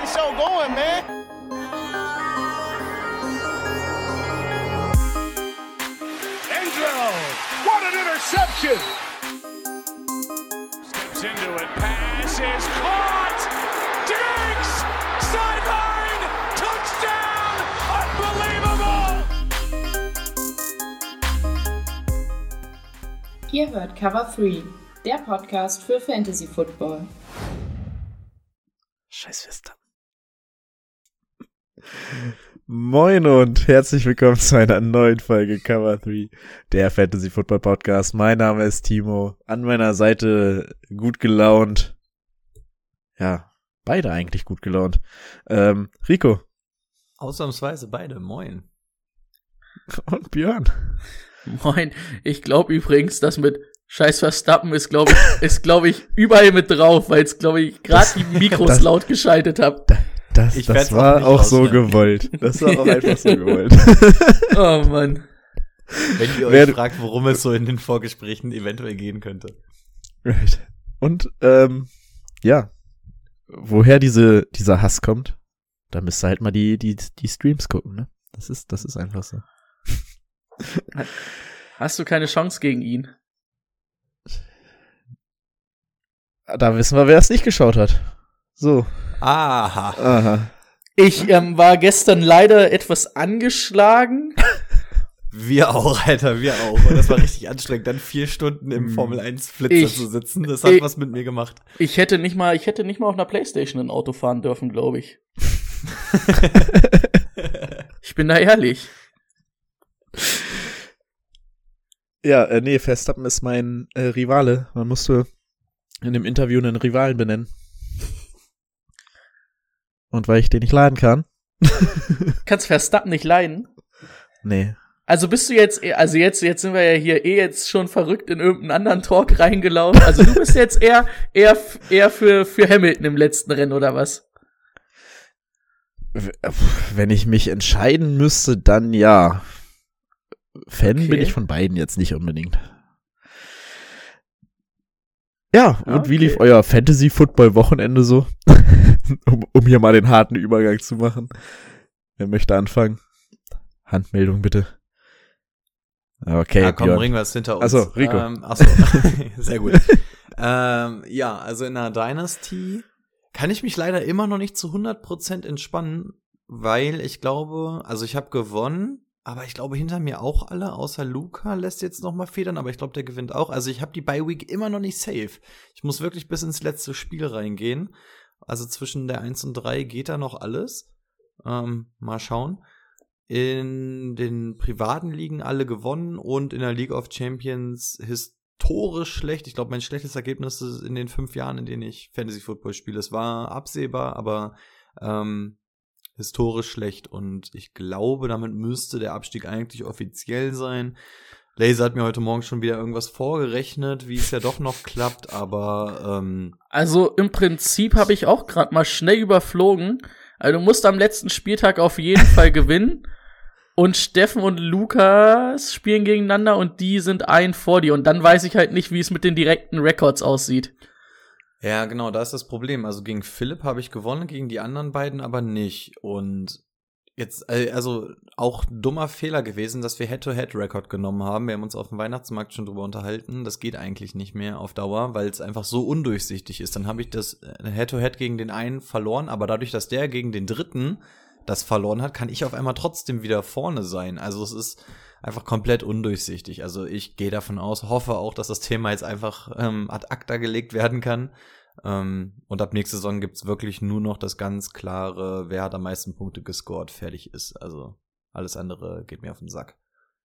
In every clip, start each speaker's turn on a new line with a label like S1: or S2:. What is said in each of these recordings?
S1: show going, man.
S2: Angelo, what an interception!
S3: Steps into it, pass is caught! Diggs! Sideline! Touchdown! Unbelievable!
S4: Ihr hört Cover 3, der Podcast für Fantasy Football.
S5: Scheiß Verstappen. Moin und herzlich willkommen zu einer neuen Folge Cover 3, der Fantasy Football Podcast. Mein Name ist Timo, an meiner Seite gut gelaunt. Ja, beide eigentlich gut gelaunt. Rico.
S6: Ausnahmsweise beide, moin.
S5: Und Björn.
S7: Moin, ich glaube übrigens, das mit Scheiß Verstappen ist, glaube ich, überall mit drauf, weil es, glaube ich, gerade die Mikros laut geschaltet habe.
S5: Das war auch so gewollt. Das war auch einfach so gewollt.
S7: Oh Mann.
S6: Wenn ihr euch fragt, worum es so in den Vorgesprächen eventuell gehen könnte.
S5: Right. Und, ja, woher dieser Hass kommt, da müsst ihr halt mal die Streams gucken, ne? Das ist einfach so.
S7: Hast du keine Chance gegen ihn?
S5: Da wissen wir, wer es nicht geschaut hat. So.
S6: Aha.
S7: Ich war gestern leider etwas angeschlagen.
S6: Wir auch, Alter, wir auch. Und das war richtig anstrengend, dann 4 Stunden im Formel-1-Flitzer zu sitzen. Das hat was mit mir gemacht.
S7: Ich hätte nicht mal auf einer Playstation ein Auto fahren dürfen, glaube ich. Ich bin da ehrlich.
S5: Ja, nee, Verstappen ist mein Rivale. Man musste in dem Interview einen Rivalen benennen. Und weil ich den nicht leiden kann.
S7: Kannst Verstappen nicht leiden?
S5: Nee.
S7: Also bist du jetzt sind wir ja hier jetzt schon verrückt in irgendeinen anderen Talk reingelaufen. Also du bist jetzt eher für Hamilton im letzten Rennen, oder was?
S5: Wenn ich mich entscheiden müsste, dann ja. Fan bin ich von beiden jetzt nicht unbedingt. Ja, und wie lief euer Fantasy-Football-Wochenende so? um hier mal den harten Übergang zu machen. Wer möchte anfangen? Handmeldung bitte. Okay,
S6: ja, komm,
S5: Björn.
S6: bringen wir es hinter uns.
S5: Achso, Rico.
S6: Sehr gut. Ja, also in der Dynasty kann ich mich leider immer noch nicht zu 100% entspannen, weil ich glaube, also ich habe gewonnen, aber ich glaube hinter mir auch alle, außer Luca lässt jetzt noch mal federn, aber ich glaube, der gewinnt auch. Also ich habe die Bye-Week immer noch nicht safe. Ich muss wirklich bis ins letzte Spiel reingehen. Also zwischen der 1 und 3 geht da noch alles. Mal schauen. In den privaten Ligen alle gewonnen und in der League of Champions historisch schlecht. Ich glaube, mein schlechtes Ergebnis ist in den 5 Jahren, in denen ich Fantasy Football spiele. Es war absehbar, aber historisch schlecht. Und ich glaube, damit müsste der Abstieg eigentlich offiziell sein. Laser hat mir heute Morgen schon wieder irgendwas vorgerechnet, wie es ja doch noch klappt, aber
S7: Also im Prinzip habe ich auch gerade mal schnell überflogen. Also du musst am letzten Spieltag auf jeden Fall gewinnen. Und Steffen und Lukas spielen gegeneinander und die sind ein vor dir. Und dann weiß ich halt nicht, wie es mit den direkten Records aussieht.
S6: Ja, genau, da ist das Problem. Also gegen Philipp habe ich gewonnen, gegen die anderen beiden aber nicht. Und jetzt, also auch dummer Fehler gewesen, dass wir Head-to-Head-Record genommen haben. Wir haben uns auf dem Weihnachtsmarkt schon drüber unterhalten. Das geht eigentlich nicht mehr auf Dauer, weil es einfach so undurchsichtig ist. Dann habe ich das Head-to-Head gegen den einen verloren, aber dadurch, dass der gegen den dritten das verloren hat, kann ich auf einmal trotzdem wieder vorne sein. Also es ist einfach komplett undurchsichtig. Also ich gehe davon aus, hoffe auch, dass das Thema jetzt einfach ad acta gelegt werden kann. Und ab nächster Saison gibt's wirklich nur noch das ganz klare, wer hat am meisten Punkte gescored, fertig ist. Also alles andere geht mir auf den Sack.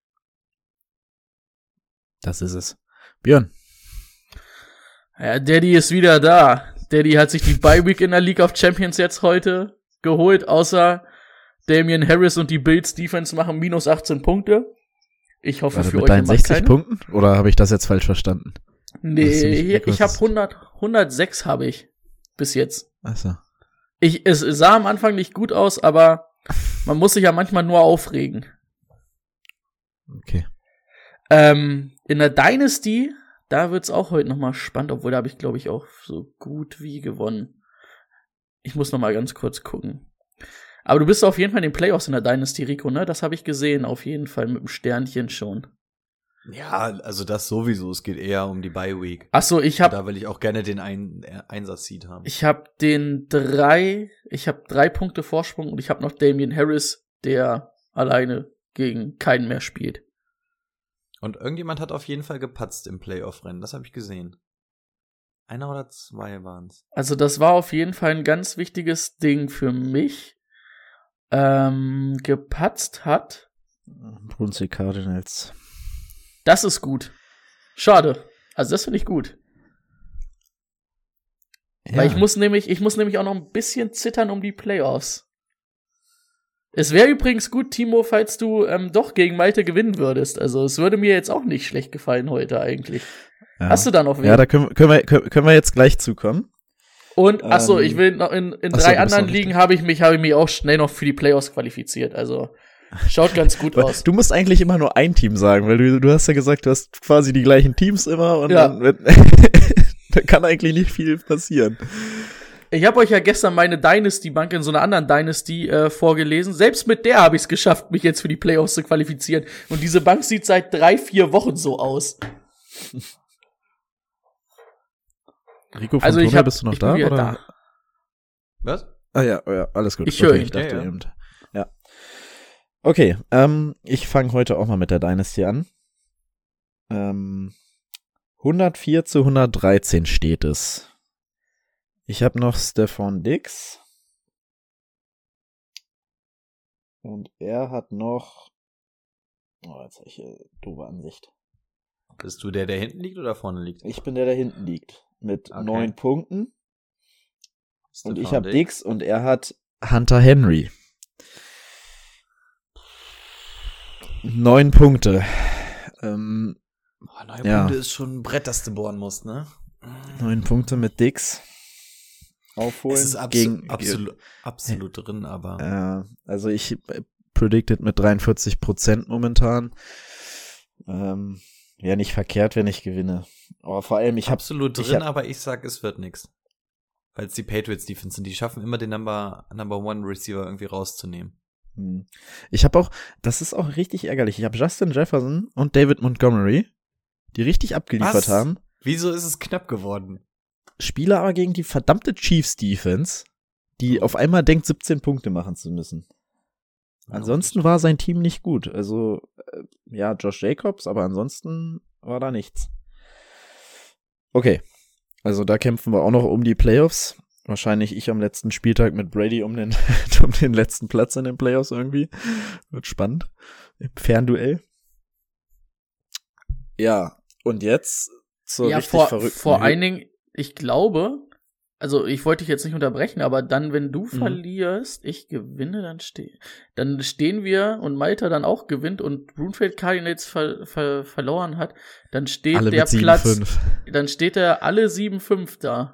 S5: Das ist es. Björn.
S7: Ja, Daddy ist wieder da. Daddy hat sich die Bye-Week in der League of Champions jetzt heute geholt, außer Damian Harris und die Bills Defense machen minus 18 Punkte. Ich hoffe für
S5: mit
S7: euch
S5: deinen
S7: macht
S5: 60
S7: keine.
S5: Punkten? Oder habe ich das jetzt falsch verstanden?
S7: Nee, ich habe 106 habe ich bis jetzt.
S5: Achso.
S7: Es sah am Anfang nicht gut aus, aber man muss sich ja manchmal nur aufregen.
S5: Okay.
S7: In der Dynasty, da wird's auch heute nochmal spannend, obwohl da habe ich, glaube ich, auch so gut wie gewonnen. Ich muss noch mal ganz kurz gucken. Aber du bist auf jeden Fall in den Playoffs in der Dynasty, Rico, ne? Das habe ich gesehen, auf jeden Fall mit dem Sternchen schon.
S6: Ja, also das sowieso. Es geht eher um die Bye-Week.
S7: Achso,
S6: Da will ich auch gerne den Einsatz-Seed haben.
S7: Ich habe 3 Punkte Vorsprung und ich habe noch Damian Harris, der alleine gegen keinen mehr spielt.
S6: Und irgendjemand hat auf jeden Fall gepatzt im Playoff-Rennen. Das habe ich gesehen. 1 oder 2 waren's.
S7: Also das war auf jeden Fall ein ganz wichtiges Ding für mich. Gepatzt hat
S5: Brunswick Cardinals.
S7: Das ist gut. Schade. Also das finde ich gut.
S5: Ja.
S7: Weil ich muss nämlich auch noch ein bisschen zittern um die Playoffs. Es wäre übrigens gut, Timo, falls du doch gegen Malte gewinnen würdest. Also es würde mir jetzt auch nicht schlecht gefallen heute eigentlich.
S5: Ja.
S7: Hast du da noch wen?
S5: Ja, da können wir jetzt gleich zukommen.
S7: Und achso, ich will noch in 3 anderen
S5: noch
S7: Ligen habe ich mich auch schnell noch für die Playoffs qualifiziert. Also schaut ganz gut aus.
S5: Du musst eigentlich immer nur ein Team sagen, weil du hast ja gesagt, du hast quasi die gleichen Teams immer und
S7: Ja.
S5: dann da kann eigentlich nicht viel passieren.
S7: Ich habe euch ja gestern meine Dynasty-Bank in so einer anderen Dynasty vorgelesen. Selbst mit der habe ich es geschafft, mich jetzt für die Playoffs zu qualifizieren. Und diese Bank sieht seit 3-4 Wochen so aus.
S5: Rico von
S7: Also
S5: Tona, bist du noch da? Oder?
S7: Da.
S6: Was?
S5: Ah ja, alles gut.
S7: Ich höre ihn.
S5: Ich dachte
S6: Ja.
S5: eben. Ja. Okay, ich fange heute auch mal mit der Dynasty an. 104-113 steht es. Ich habe noch Stefan Diggs. Und er hat noch. Oh, jetzt habe ich hier doofe Ansicht.
S6: Bist du der hinten liegt oder vorne liegt?
S5: Ich bin der da hinten liegt. Mit
S6: Okay.
S5: 9 Punkten. Und ich habe
S6: Diggs.
S5: Diggs und er hat Hunter Henry. 9 Punkte.
S6: 9
S5: Ja.
S6: Punkte ist schon ein Brett, das du bohren musst, ne?
S5: 9 Punkte mit Diggs. Aufholen.
S6: Es ist absolut drin, aber
S5: Also ich predicted mit 43% momentan. Ja, nicht verkehrt, wenn ich gewinne. Aber vor allem, ich habe
S6: absolut drin, aber ich sag, es wird nix. Weil es die Patriots Defense sind, die schaffen immer den Number One Receiver irgendwie rauszunehmen.
S5: Ich habe auch, das ist auch richtig ärgerlich. Ich habe Justin Jefferson und David Montgomery, die richtig abgeliefert haben.
S6: Wieso ist es knapp geworden?
S5: Spieler aber gegen die verdammte Chiefs Defense, die auf einmal denkt, 17 Punkte machen zu müssen. Ansonsten war sein Team nicht gut. Also, ja, Josh Jacobs, aber ansonsten war da nichts. Okay, also da kämpfen wir auch noch um die Playoffs. Wahrscheinlich ich am letzten Spieltag mit Brady um den letzten Platz in den Playoffs irgendwie. Wird spannend. Im Fernduell. Ja, und jetzt zur richtig verrückten
S7: vor allen Dingen, ich glaube, also ich wollte dich jetzt nicht unterbrechen, aber dann, wenn du verlierst, ich gewinne, dann stehen wir und Malta dann auch gewinnt und Brunfeld Cardinals verloren hat, dann steht
S5: alle
S7: der
S5: mit 7,
S7: Platz,
S5: 5.
S7: dann steht er alle 7-5 da.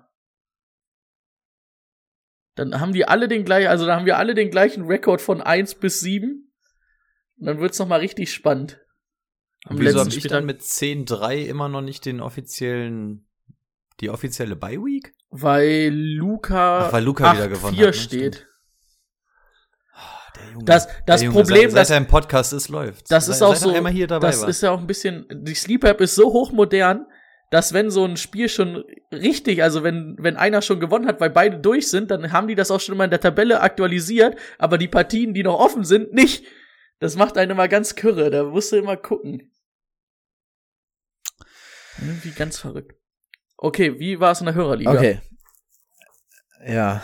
S7: Dann haben wir alle den gleichen Rekord von 1 bis 7. Und dann wird's noch mal richtig spannend.
S6: Und wieso habe ich dann mit 10-3 immer noch nicht die offizielle Bye-Week?
S7: Weil Luca
S6: wieder gewonnen
S7: 4
S6: hat, ne?
S7: steht.
S6: Der Junge,
S7: Das Problem,
S6: seit er im Podcast ist, läuft.
S7: Das ist auch so,
S6: einmal hier dabei
S7: das
S6: war.
S7: ist ja auch ein bisschen, die Sleep-App ist so hochmodern, dass wenn so ein Spiel schon richtig, also wenn einer schon gewonnen hat, weil beide durch sind, dann haben die das auch schon immer in der Tabelle aktualisiert, aber die Partien, die noch offen sind, nicht. Das macht einen immer ganz kirre, da musst du immer gucken. Irgendwie ganz verrückt. Okay, wie war es in der Hörerliga?
S5: Okay. Ja,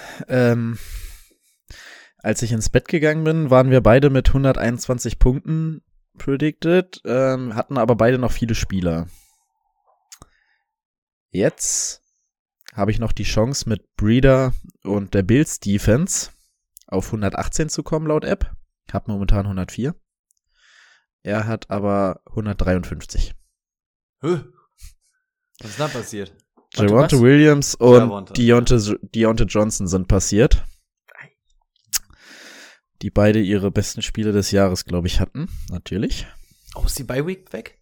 S5: als ich ins Bett gegangen bin, waren wir beide mit 121 Punkten predicted, hatten aber beide noch viele Spieler. Jetzt habe ich noch die Chance, mit Breeder und der Bills Defense auf 118 zu kommen, laut App. Ich habe momentan 104. Er hat aber 153.
S6: Was ist da passiert?
S5: Javonte Williams und Deontay Johnson sind passiert. Die beide ihre besten Spiele des Jahres, glaube ich, hatten. Natürlich.
S6: Oh, ist die Bye-Week weg?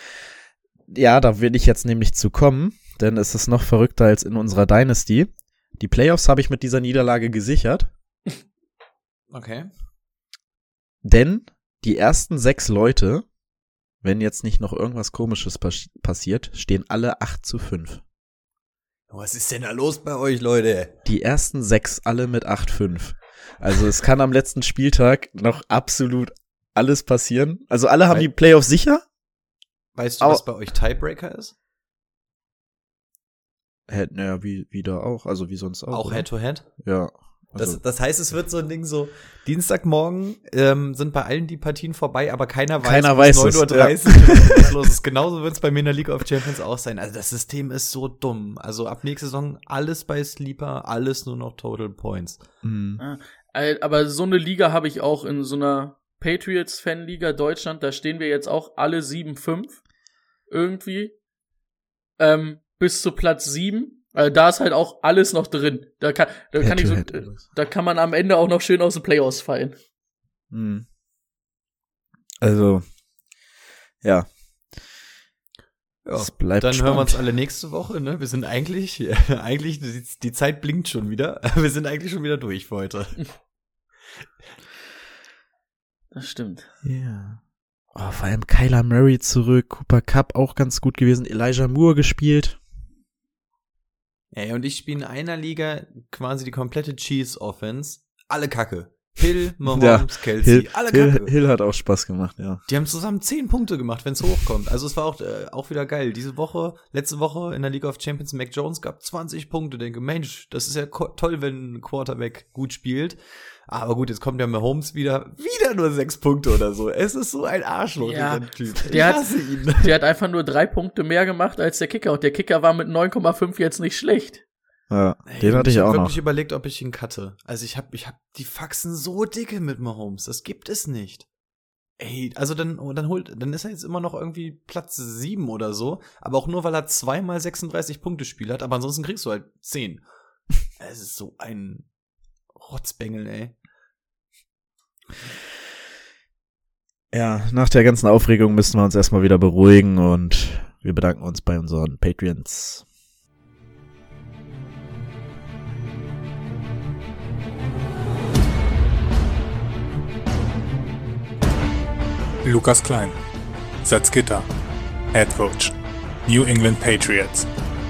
S5: Ja, da will ich jetzt nämlich zu kommen, denn es ist noch verrückter als in unserer Dynasty. Die Playoffs habe ich mit dieser Niederlage gesichert,
S6: Okay.
S5: denn die ersten 6 Leute, wenn jetzt nicht noch irgendwas Komisches passiert, stehen alle 8-5.
S6: Was ist denn da los bei euch, Leute?
S5: Die ersten 6 alle mit 8-5. Also es kann am letzten Spieltag noch absolut alles passieren. Also alle haben die Playoffs sicher.
S6: Weißt du, was bei euch Tiebreaker ist?
S5: Naja, wie da auch, also wie sonst auch.
S6: Auch
S5: oder?
S6: Head-to-Head?
S5: Ja. Also,
S6: Das heißt, es wird so ein Ding so, Dienstagmorgen sind bei allen die Partien vorbei, aber keiner weiß,
S5: es,
S6: 9:30 Uhr was los ist. Genauso wird es bei mir in der League of Champions auch sein. Also das System ist so dumm. Also ab nächster Saison alles bei Sleeper, alles nur noch Total Points.
S7: Aber so eine Liga habe ich auch in so einer Patriots-Fanliga Deutschland. Da stehen wir jetzt auch alle 7-5 irgendwie. Bis zu Platz 7. Da ist halt auch alles noch drin. Da kann man am Ende auch noch schön aus den Playoffs fallen.
S5: Also, ja.
S6: Es
S5: bleibt
S6: dann
S5: spannend.
S6: hören wir uns alle nächste Woche, ne? Wir sind eigentlich, die Zeit blinkt schon wieder. Wir sind eigentlich schon wieder durch für heute.
S7: Das stimmt.
S5: Ja. Oh, vor allem Kyler Murray zurück, Cooper Kupp auch ganz gut gewesen, Elijah Moore gespielt.
S6: Ey, und ich spiele in einer Liga quasi die komplette Cheese-Offense. Alle Kacke. Hill, Mahomes, Kelsey, alle Kacke.
S5: Hill hat auch Spaß gemacht, ja.
S6: Die haben zusammen 10 Punkte gemacht, wenn es hochkommt. Also es war auch wieder geil. Letzte Woche in der League of Champions, Mac Jones gab 20 Punkte. Denke, Mensch, das ist ja toll, wenn ein Quarterback gut spielt. Aber gut, jetzt kommt ja Mahomes wieder nur 6 Punkte oder so. Es ist so ein Arschloch,
S7: Ja,
S6: dieser Typ. Ich
S7: der
S6: hasse ihn.
S7: Der hat einfach nur 3 Punkte mehr gemacht als der Kicker. Und der Kicker war mit 9,5 jetzt nicht schlecht.
S5: Ja, den hatte ich auch
S6: Ich habe
S5: noch.
S6: wirklich überlegt, ob ich ihn cutte. Also ich hab die Faxen so dicke mit Mahomes. Das gibt es nicht. Ey, also dann ist er jetzt immer noch irgendwie Platz 7 oder so. Aber auch nur, weil er 2-mal 36 Punkte Spiel hat. Aber ansonsten kriegst du halt 10. Es ist so ein Rotzbengel, ey.
S5: Ja, nach der ganzen Aufregung müssen wir uns erstmal wieder beruhigen und wir bedanken uns bei unseren Patreons.
S1: Lukas Klein, Salzgitter, Head Coach, New England Patriots.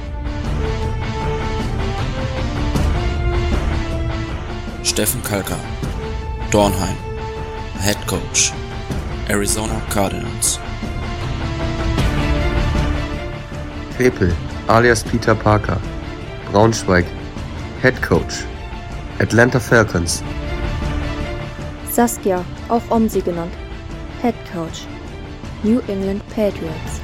S8: Steffen Kalka, Dornheim, Head Coach, Arizona Cardinals.
S9: Krepel, alias Peter Parker, Braunschweig, Head Coach, Atlanta Falcons.
S10: Saskia, auch Omsi genannt, Head Coach, New England Patriots.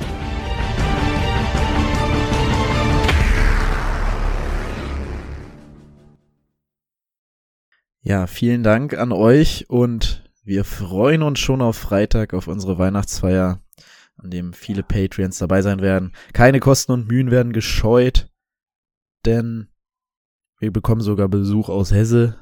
S5: Ja, vielen Dank an euch und wir freuen uns schon auf Freitag auf unsere Weihnachtsfeier, an dem viele Patreons dabei sein werden. Keine Kosten und Mühen werden gescheut, denn wir bekommen sogar Besuch aus Hesse.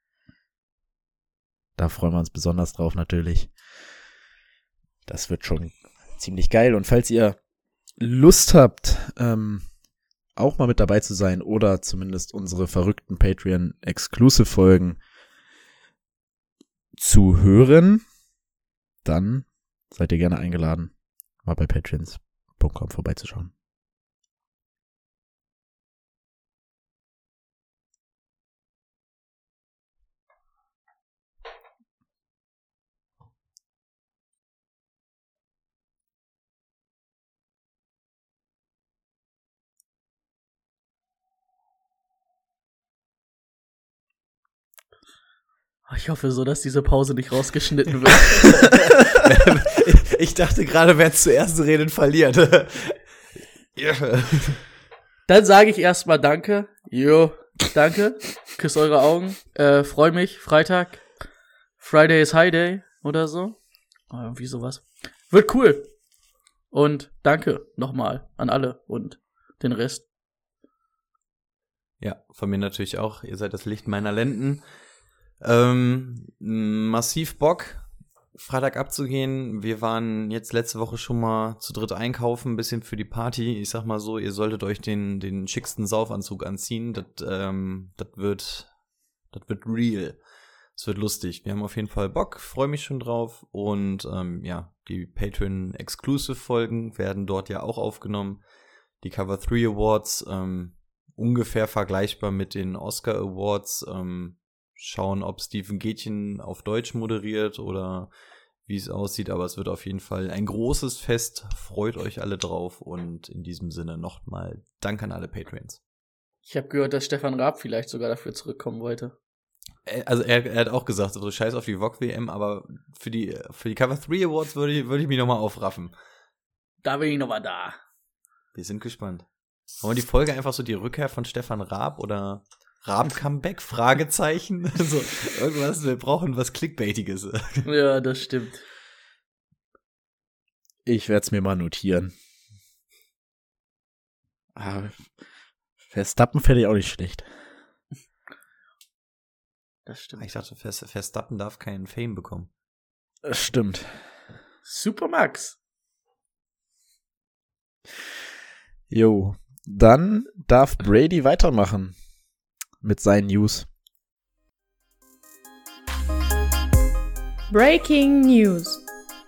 S5: Da freuen wir uns besonders drauf natürlich. Das wird schon ziemlich geil. Und falls ihr Lust habt, auch mal mit dabei zu sein oder zumindest unsere verrückten Patreon-Exclusive-Folgen zu hören, dann seid ihr gerne eingeladen, mal bei patreons.com vorbeizuschauen.
S7: Ich hoffe so, dass diese Pause nicht rausgeschnitten wird.
S6: Ich dachte gerade, wer zuerst redet, verliert.
S7: Dann sage ich erstmal Danke. Jo, danke. Küss eure Augen. Freu mich. Freitag. Friday is High Day oder so. Irgendwie sowas. Wird cool. Und danke nochmal an alle und den Rest.
S6: Ja, von mir natürlich auch. Ihr seid das Licht meiner Lenden. Massiv Bock. Freitag abzugehen. Wir waren jetzt letzte Woche schon mal zu dritt einkaufen, ein bisschen für die Party. Ich sag mal so, ihr solltet euch den schicksten Saufanzug anziehen. Das wird real. Es wird lustig. Wir haben auf jeden Fall Bock, freue mich schon drauf. Und die Patreon-Exclusive-Folgen werden dort ja auch aufgenommen. Die Cover 3 Awards, ungefähr vergleichbar mit den Oscar Awards. Schauen, ob Steven Gätchen auf Deutsch moderiert oder wie es aussieht. Aber es wird auf jeden Fall ein großes Fest. Freut euch alle drauf. Und in diesem Sinne nochmal Dank an alle Patreons.
S7: Ich habe gehört, dass Stefan Raab vielleicht sogar dafür zurückkommen wollte.
S6: Also er hat auch gesagt, so scheiß auf die VOG-WM, aber für die Cover 3 Awards würde ich mich nochmal aufraffen.
S7: Da bin ich nochmal da.
S6: Wir sind gespannt. Wollen wir die Folge einfach so die Rückkehr von Stefan Raab oder Raab-Comeback? Fragezeichen? So, irgendwas, wir brauchen was Clickbaitiges.
S7: Ja, das stimmt.
S5: Ich werde es mir mal notieren. Verstappen fände ich auch nicht schlecht.
S7: Das stimmt.
S6: Ich dachte, Verstappen darf keinen Fame bekommen.
S5: Das stimmt.
S7: Supermax.
S5: Jo, dann darf Brady weitermachen mit seinen News.
S4: Breaking News.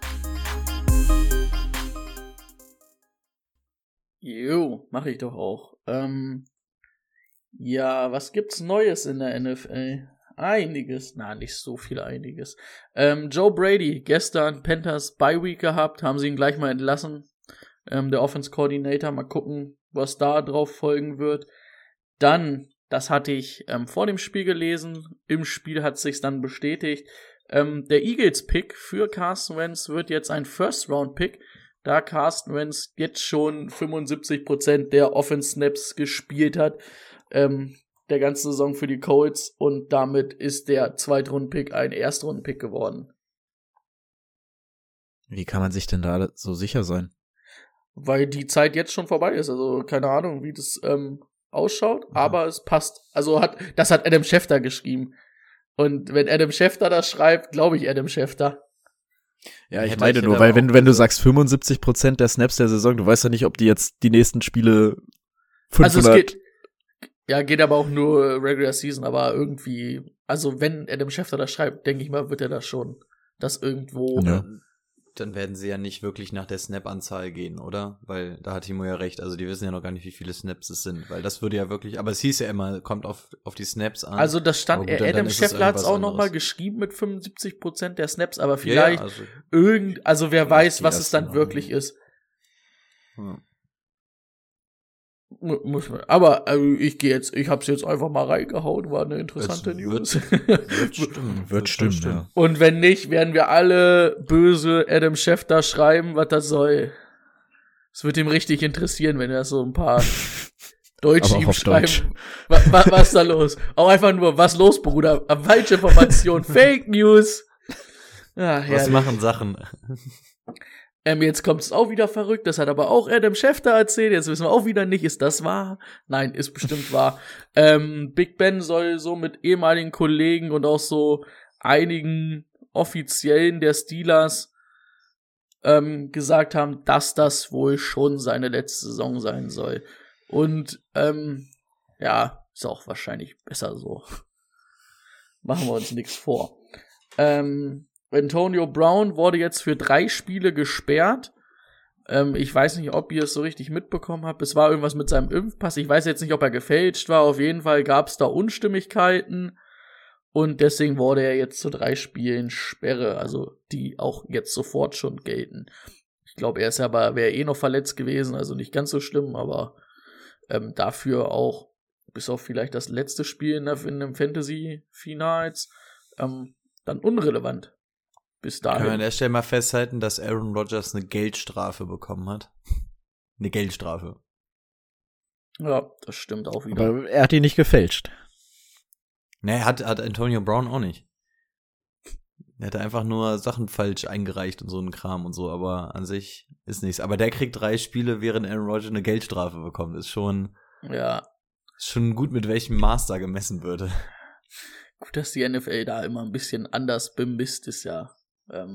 S7: Jo, mache ich doch auch. Ja, was gibt's Neues in der NFL? Einiges, nicht so viel einiges. Joe Brady, gestern Panthers Bye Week gehabt, haben sie ihn gleich mal entlassen. Der Offense Coordinator, mal gucken, was da drauf folgen wird. Dann, das hatte ich vor dem Spiel gelesen, im Spiel hat es sich dann bestätigt, der Eagles-Pick für Carson Wentz wird jetzt ein First-Round-Pick, da Carson Wentz jetzt schon 75% der Offense-Snaps gespielt hat, der ganzen Saison für die Colts, und damit ist der Zweitrunden-Pick ein Erstrunden-Pick geworden.
S5: Wie kann man sich denn da so sicher sein?
S7: Weil die Zeit jetzt schon vorbei ist, also keine Ahnung, wie das ausschaut, aber es passt. Also das hat Adam Schefter geschrieben. Und wenn Adam Schefter das schreibt, glaube ich Adam Schefter.
S5: Ja, ich meine nur, weil wenn du sagst 75% der Snaps der Saison, du weißt ja nicht, ob die jetzt die nächsten Spiele 500...
S7: Also es geht aber auch nur Regular Season, aber irgendwie, also wenn Adam Schefter das schreibt, denke ich mal, wird er das schon, das irgendwo...
S5: Ja.
S6: Dann werden sie ja nicht wirklich nach der Snap-Anzahl gehen, oder? Weil da hat Timo ja recht, also die wissen ja noch gar nicht, wie viele Snaps es sind, weil das würde ja wirklich, aber es hieß ja immer, kommt auf die Snaps an.
S7: Also das stand, gut, Adam Schefter hat es auch nochmal geschrieben mit 75% der Snaps, aber vielleicht also wer weiß, was es dann wirklich ist.
S6: Ja.
S7: Aber ich hab's jetzt einfach mal reingehauen, war eine interessante News.
S5: Wird stimmen, ja.
S7: Und wenn nicht, werden wir alle böse Adam Schefter schreiben, was das soll. Es wird ihm richtig interessieren, wenn er so ein paar Deutsche ihm schreiben. Was ist da los? Auch einfach nur, was los, Bruder? Falsche Information, Fake News. Ja,
S6: was machen Sachen?
S7: Jetzt kommt es auch wieder verrückt, das hat aber auch Adam Schefter erzählt, jetzt wissen wir auch wieder nicht, ist das wahr? Nein, ist bestimmt wahr. Big Ben soll so mit ehemaligen Kollegen und auch so einigen Offiziellen der Steelers gesagt haben, dass das wohl schon seine letzte Saison sein soll. Und ist auch wahrscheinlich besser so. Machen wir uns nichts vor. Antonio Brown wurde jetzt für 3 Spiele gesperrt. Ich weiß nicht, ob ihr es so richtig mitbekommen habt. Es war irgendwas mit seinem Impfpass. Ich weiß jetzt nicht, ob er gefälscht war. Auf jeden Fall gab es da Unstimmigkeiten. Und deswegen wurde er jetzt zu 3 Spielen Sperre. Also die auch jetzt sofort schon gelten. Ich glaube, wäre noch verletzt gewesen. Also nicht ganz so schlimm, aber dafür auch, bis auf vielleicht das letzte Spiel in einem Fantasy-Finals, dann unrelevant. Bis dahin.
S6: Können wir an der Stelle mal festhalten, dass Aaron Rodgers eine Geldstrafe bekommen hat? Eine Geldstrafe.
S7: Ja, das stimmt auch wieder.
S5: Aber er hat ihn nicht gefälscht.
S6: Nee, hat Antonio Brown auch nicht. Er hat einfach nur Sachen falsch eingereicht und so einen Kram und so, aber an sich ist nichts. Aber der kriegt 3 Spiele, während Aaron Rodgers eine Geldstrafe bekommt. Ist schon gut, mit welchem Maß da gemessen würde.
S7: Gut, dass die NFL da immer ein bisschen anders bemisst, ist ja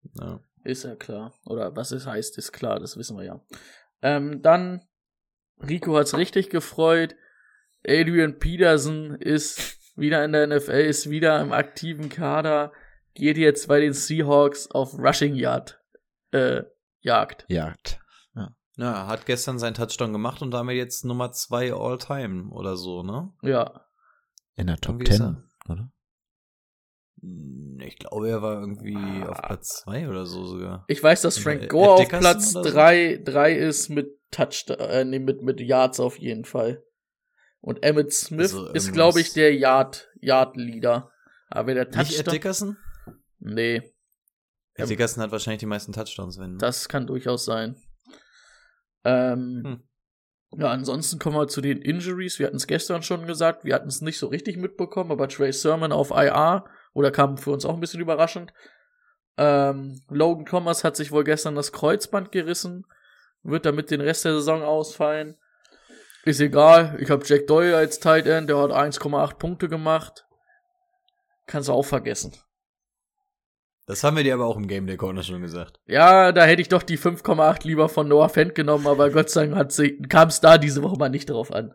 S6: Ja.
S7: Ist ja klar. Oder was es heißt, ist klar, das wissen wir ja. Dann, Rico hat's richtig gefreut. Adrian Peterson ist wieder in der NFL, ist wieder im aktiven Kader, geht jetzt bei den Seahawks auf Rushing Yard Jagd.
S5: Ja.
S6: Ja, hat gestern seinen Touchdown gemacht und damit jetzt Nummer 2 All-Time oder so, ne?
S7: Ja.
S5: In der Top
S6: Irgendwie
S5: 10, oder?
S6: Ich glaube, er war irgendwie auf Platz 2 oder so sogar.
S7: Ich weiß, dass Frank Gore auf Platz 3 ist mit Touchdown, mit Yards auf jeden Fall. Und Emmitt Smith
S6: Also
S7: ist, glaube ich, der Yard-Leader. Aber der Touchdown...
S6: Nicht Ed Dickerson?
S7: Nee.
S6: Ed Dickerson hat wahrscheinlich die meisten Touchdowns, wenn.
S7: Das kann durchaus sein. Ja, ansonsten kommen wir zu den Injuries. Wir hatten es gestern schon gesagt, wir hatten es nicht so richtig mitbekommen, aber Trey Sermon auf IR, oder kam für uns auch ein bisschen überraschend. Logan Thomas hat sich wohl gestern das Kreuzband gerissen, wird damit den Rest der Saison ausfallen. Ist egal, ich habe Jack Doyle als Tight End, der hat 1,8 Punkte gemacht. Kannst du auch vergessen.
S6: Das haben wir dir aber auch im Game Day Corner schon gesagt.
S7: Ja, da hätte ich doch die 5,8 lieber von Noah Fant genommen, aber Gott sei Dank kam es da diese Woche mal nicht drauf an.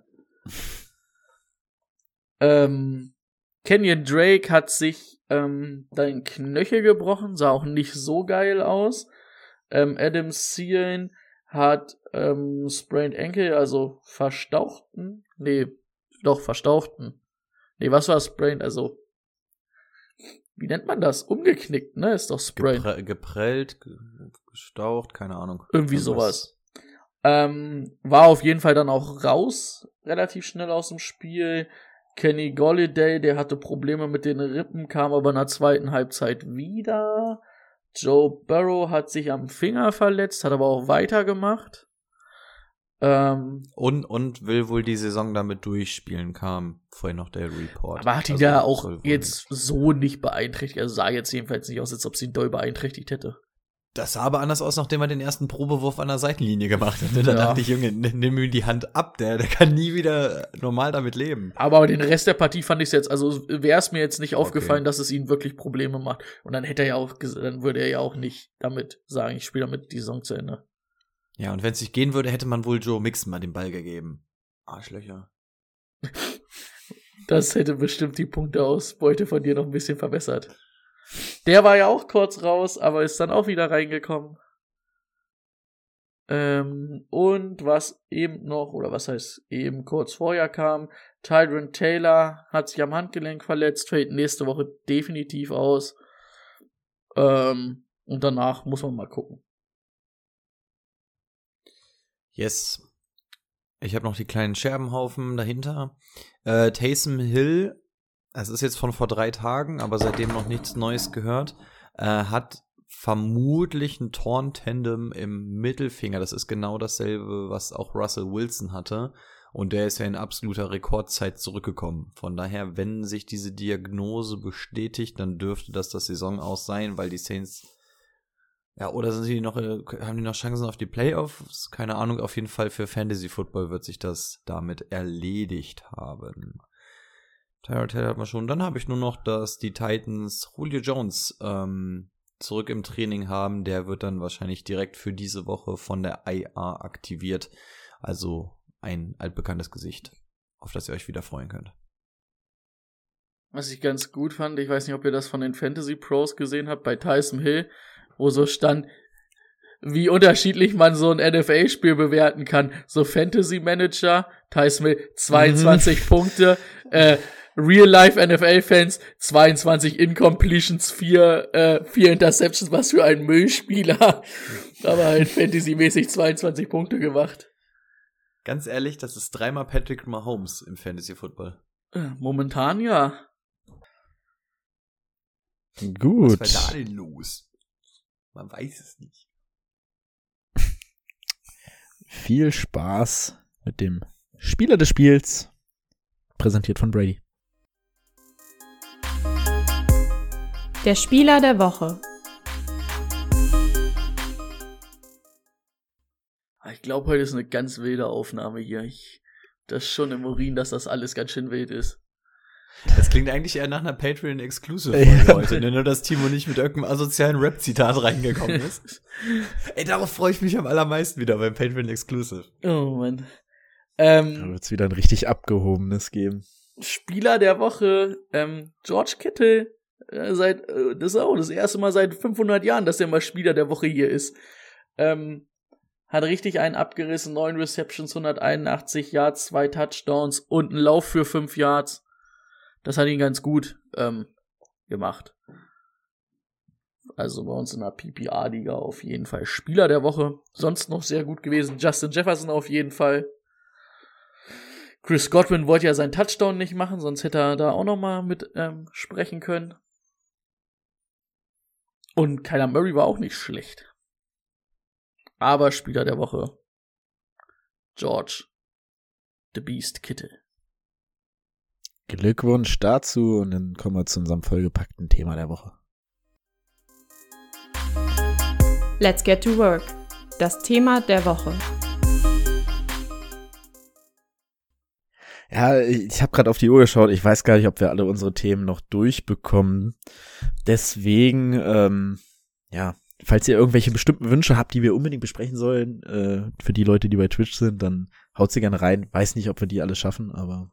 S7: Kenyon Drake hat sich den Knöchel gebrochen, sah auch nicht so geil aus. Adam Thielen hat sprained ankle, also verstauchten. Verstauchten. Nee, was war sprained? Also, wie nennt man das? Umgeknickt, ne? Ist doch sprained.
S6: Geprellt, gestaucht, keine Ahnung.
S7: Irgendwie sowas. War auf jeden Fall dann auch raus, relativ schnell aus dem Spiel. Kenny Golladay, der hatte Probleme mit den Rippen, kam aber in der zweiten Halbzeit wieder. Joe Burrow hat sich am Finger verletzt, hat aber auch weitergemacht.
S6: Und will wohl die Saison damit durchspielen, kam vorhin noch der Report.
S7: Aber hat ihn ja auch jetzt so nicht beeinträchtigt. Also sah jetzt jedenfalls nicht aus, als ob sie ihn doll beeinträchtigt hätte.
S6: Das sah aber anders aus, nachdem er den ersten Probewurf an der Seitenlinie gemacht hat. Da dachte ich, Junge, nimm ihm die Hand ab, der kann nie wieder normal damit leben.
S7: Aber den Rest der Partie fand ich jetzt, also wäre es mir jetzt nicht aufgefallen, dass es ihn wirklich Probleme macht. Und dann hätte er ja auch, dann würde er ja auch nicht damit sagen, ich spiele damit die Saison zu Ende.
S6: Ja, und wenn es nicht gehen würde, hätte man wohl Joe Mixon mal den Ball gegeben. Arschlöcher.
S7: Das hätte bestimmt die Punkteausbeute von dir noch ein bisschen verbessert. Der war ja auch kurz raus, aber ist dann auch wieder reingekommen. Und was eben noch, oder was heißt eben kurz vorher kam, Tyron Taylor hat sich am Handgelenk verletzt, fällt nächste Woche definitiv aus. Und danach muss man mal gucken.
S6: Yes. Ich habe noch die kleinen Scherbenhaufen dahinter. Taysom Hill, es ist jetzt von vor 3 Tagen, aber seitdem noch nichts Neues gehört, hat vermutlich ein Torn-Tandem im Mittelfinger. Das ist genau dasselbe, was auch Russell Wilson hatte. Und der ist ja in absoluter Rekordzeit zurückgekommen. Von daher, wenn sich diese Diagnose bestätigt, dann dürfte das Saison aus sein, weil die Saints, ja, oder haben die noch Chancen auf die Playoffs? Keine Ahnung, auf jeden Fall für Fantasy Football wird sich das damit erledigt haben. Tyrod Taylor hat man schon. Dann habe ich nur noch, dass die Titans Julio Jones zurück im Training haben. Der wird dann wahrscheinlich direkt für diese Woche von der IR aktiviert. Also ein altbekanntes Gesicht, auf das ihr euch wieder freuen könnt.
S7: Was ich ganz gut fand, ich weiß nicht, ob ihr das von den Fantasy Pros gesehen habt, bei Taysom Hill, wo so stand, wie unterschiedlich man so ein NFL-Spiel bewerten kann. So Fantasy Manager, Taysom Hill, 22 Punkte, Real-Life-NFL-Fans, 22 Incompletions, 4 Interceptions, was für ein Müllspieler. Aber halt Fantasy-mäßig 22 Punkte gemacht.
S6: Ganz ehrlich, das ist 3-mal Patrick Mahomes im Fantasy-Football.
S7: Momentan ja.
S5: Gut.
S6: Was war da denn los? Man weiß es nicht.
S5: Viel Spaß mit dem Spieler des Spiels, präsentiert von Brady.
S4: Der Spieler der Woche.
S7: Ich glaube, heute ist eine ganz wilde Aufnahme hier. Das ist schon im Urin, dass das alles ganz schön wild ist.
S6: Das klingt eigentlich eher nach einer Patreon-Exclusive-Folge heute, nur dass Timo nicht mit irgendeinem asozialen Rap-Zitat reingekommen ist. Ey, darauf freue ich mich am allermeisten wieder beim Patreon-Exclusive.
S7: Oh Mann.
S5: Da wird's wieder ein richtig abgehobenes geben.
S7: Spieler der Woche, George Kittle, das ist auch das erste Mal seit 500 Jahren, dass er mal Spieler der Woche hier ist. Hat richtig einen abgerissen, 9 Receptions, 181 Yards, 2 Touchdowns und einen Lauf für 5 Yards. Das hat ihn ganz gut gemacht. Also bei uns in der PPR-Liga auf jeden Fall Spieler der Woche. Sonst noch sehr gut gewesen. Justin Jefferson auf jeden Fall. Chris Godwin wollte ja seinen Touchdown nicht machen, sonst hätte er da auch noch mal mit sprechen können. Und Kyler Murray war auch nicht schlecht. Aber Spieler der Woche George The Beast Kittle.
S5: Glückwunsch dazu und dann kommen wir zu unserem vollgepackten Thema der Woche.
S4: Let's get to work. Das Thema der Woche.
S5: Ja, ich habe gerade auf die Uhr geschaut. Ich weiß gar nicht, ob wir alle unsere Themen noch durchbekommen. Deswegen, falls ihr irgendwelche bestimmten Wünsche habt, die wir unbedingt besprechen sollen, für die Leute, die bei Twitch sind, dann haut sie gerne rein. Weiß nicht, ob wir die alle schaffen, aber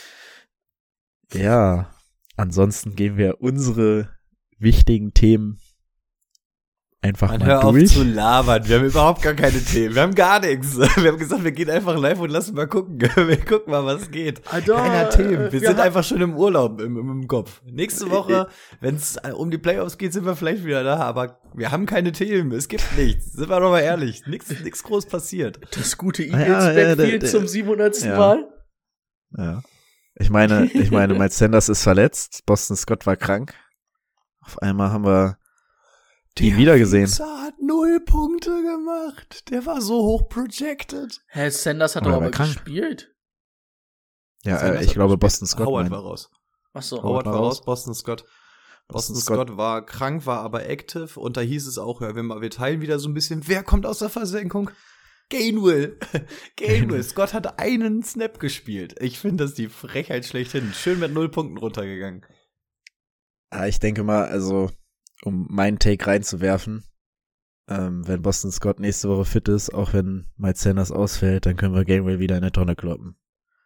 S5: ja, ansonsten gehen wir unsere wichtigen Themen einfach mal
S6: hör
S5: durch.
S6: Auf zu labern. Wir haben überhaupt gar keine Themen. Wir haben gar nichts. Wir haben gesagt, wir gehen einfach live und lassen mal gucken. Wir gucken mal, was geht. Keiner Themen. Wir sind einfach schon im Urlaub im Kopf. Nächste Woche, wenn es um die Playoffs geht, sind wir vielleicht wieder da. Aber wir haben keine Themen. Es gibt nichts. Sind wir doch mal ehrlich. Nichts groß passiert.
S7: Das gute Eagles-Backfield zum 700. Mal.
S5: Ja. Ich meine, Miles Sanders ist verletzt. Boston Scott war krank. Auf einmal haben wir die wieder gesehen.
S6: Der hat 0 Punkte gemacht. Der war so hoch projected.
S7: Hä, Sanders hat doch aber gespielt.
S5: Ja, ich glaube Boston Scott.
S6: Howard war raus.
S7: Achso.
S6: Howard war raus, Boston Scott. Boston Scott war krank, war aber active und da hieß es auch, ja, wir teilen wieder so ein bisschen, wer kommt aus der Versenkung? Gainwell. Scott hat einen Snap gespielt. Ich finde das die Frechheit schlechthin. Schön mit 0 Punkten runtergegangen.
S5: Ja, ich denke mal, also um meinen Take reinzuwerfen, wenn Boston Scott nächste Woche fit ist, auch wenn Miles Sanders ausfällt, dann können wir Gainwell wieder in der Tonne kloppen.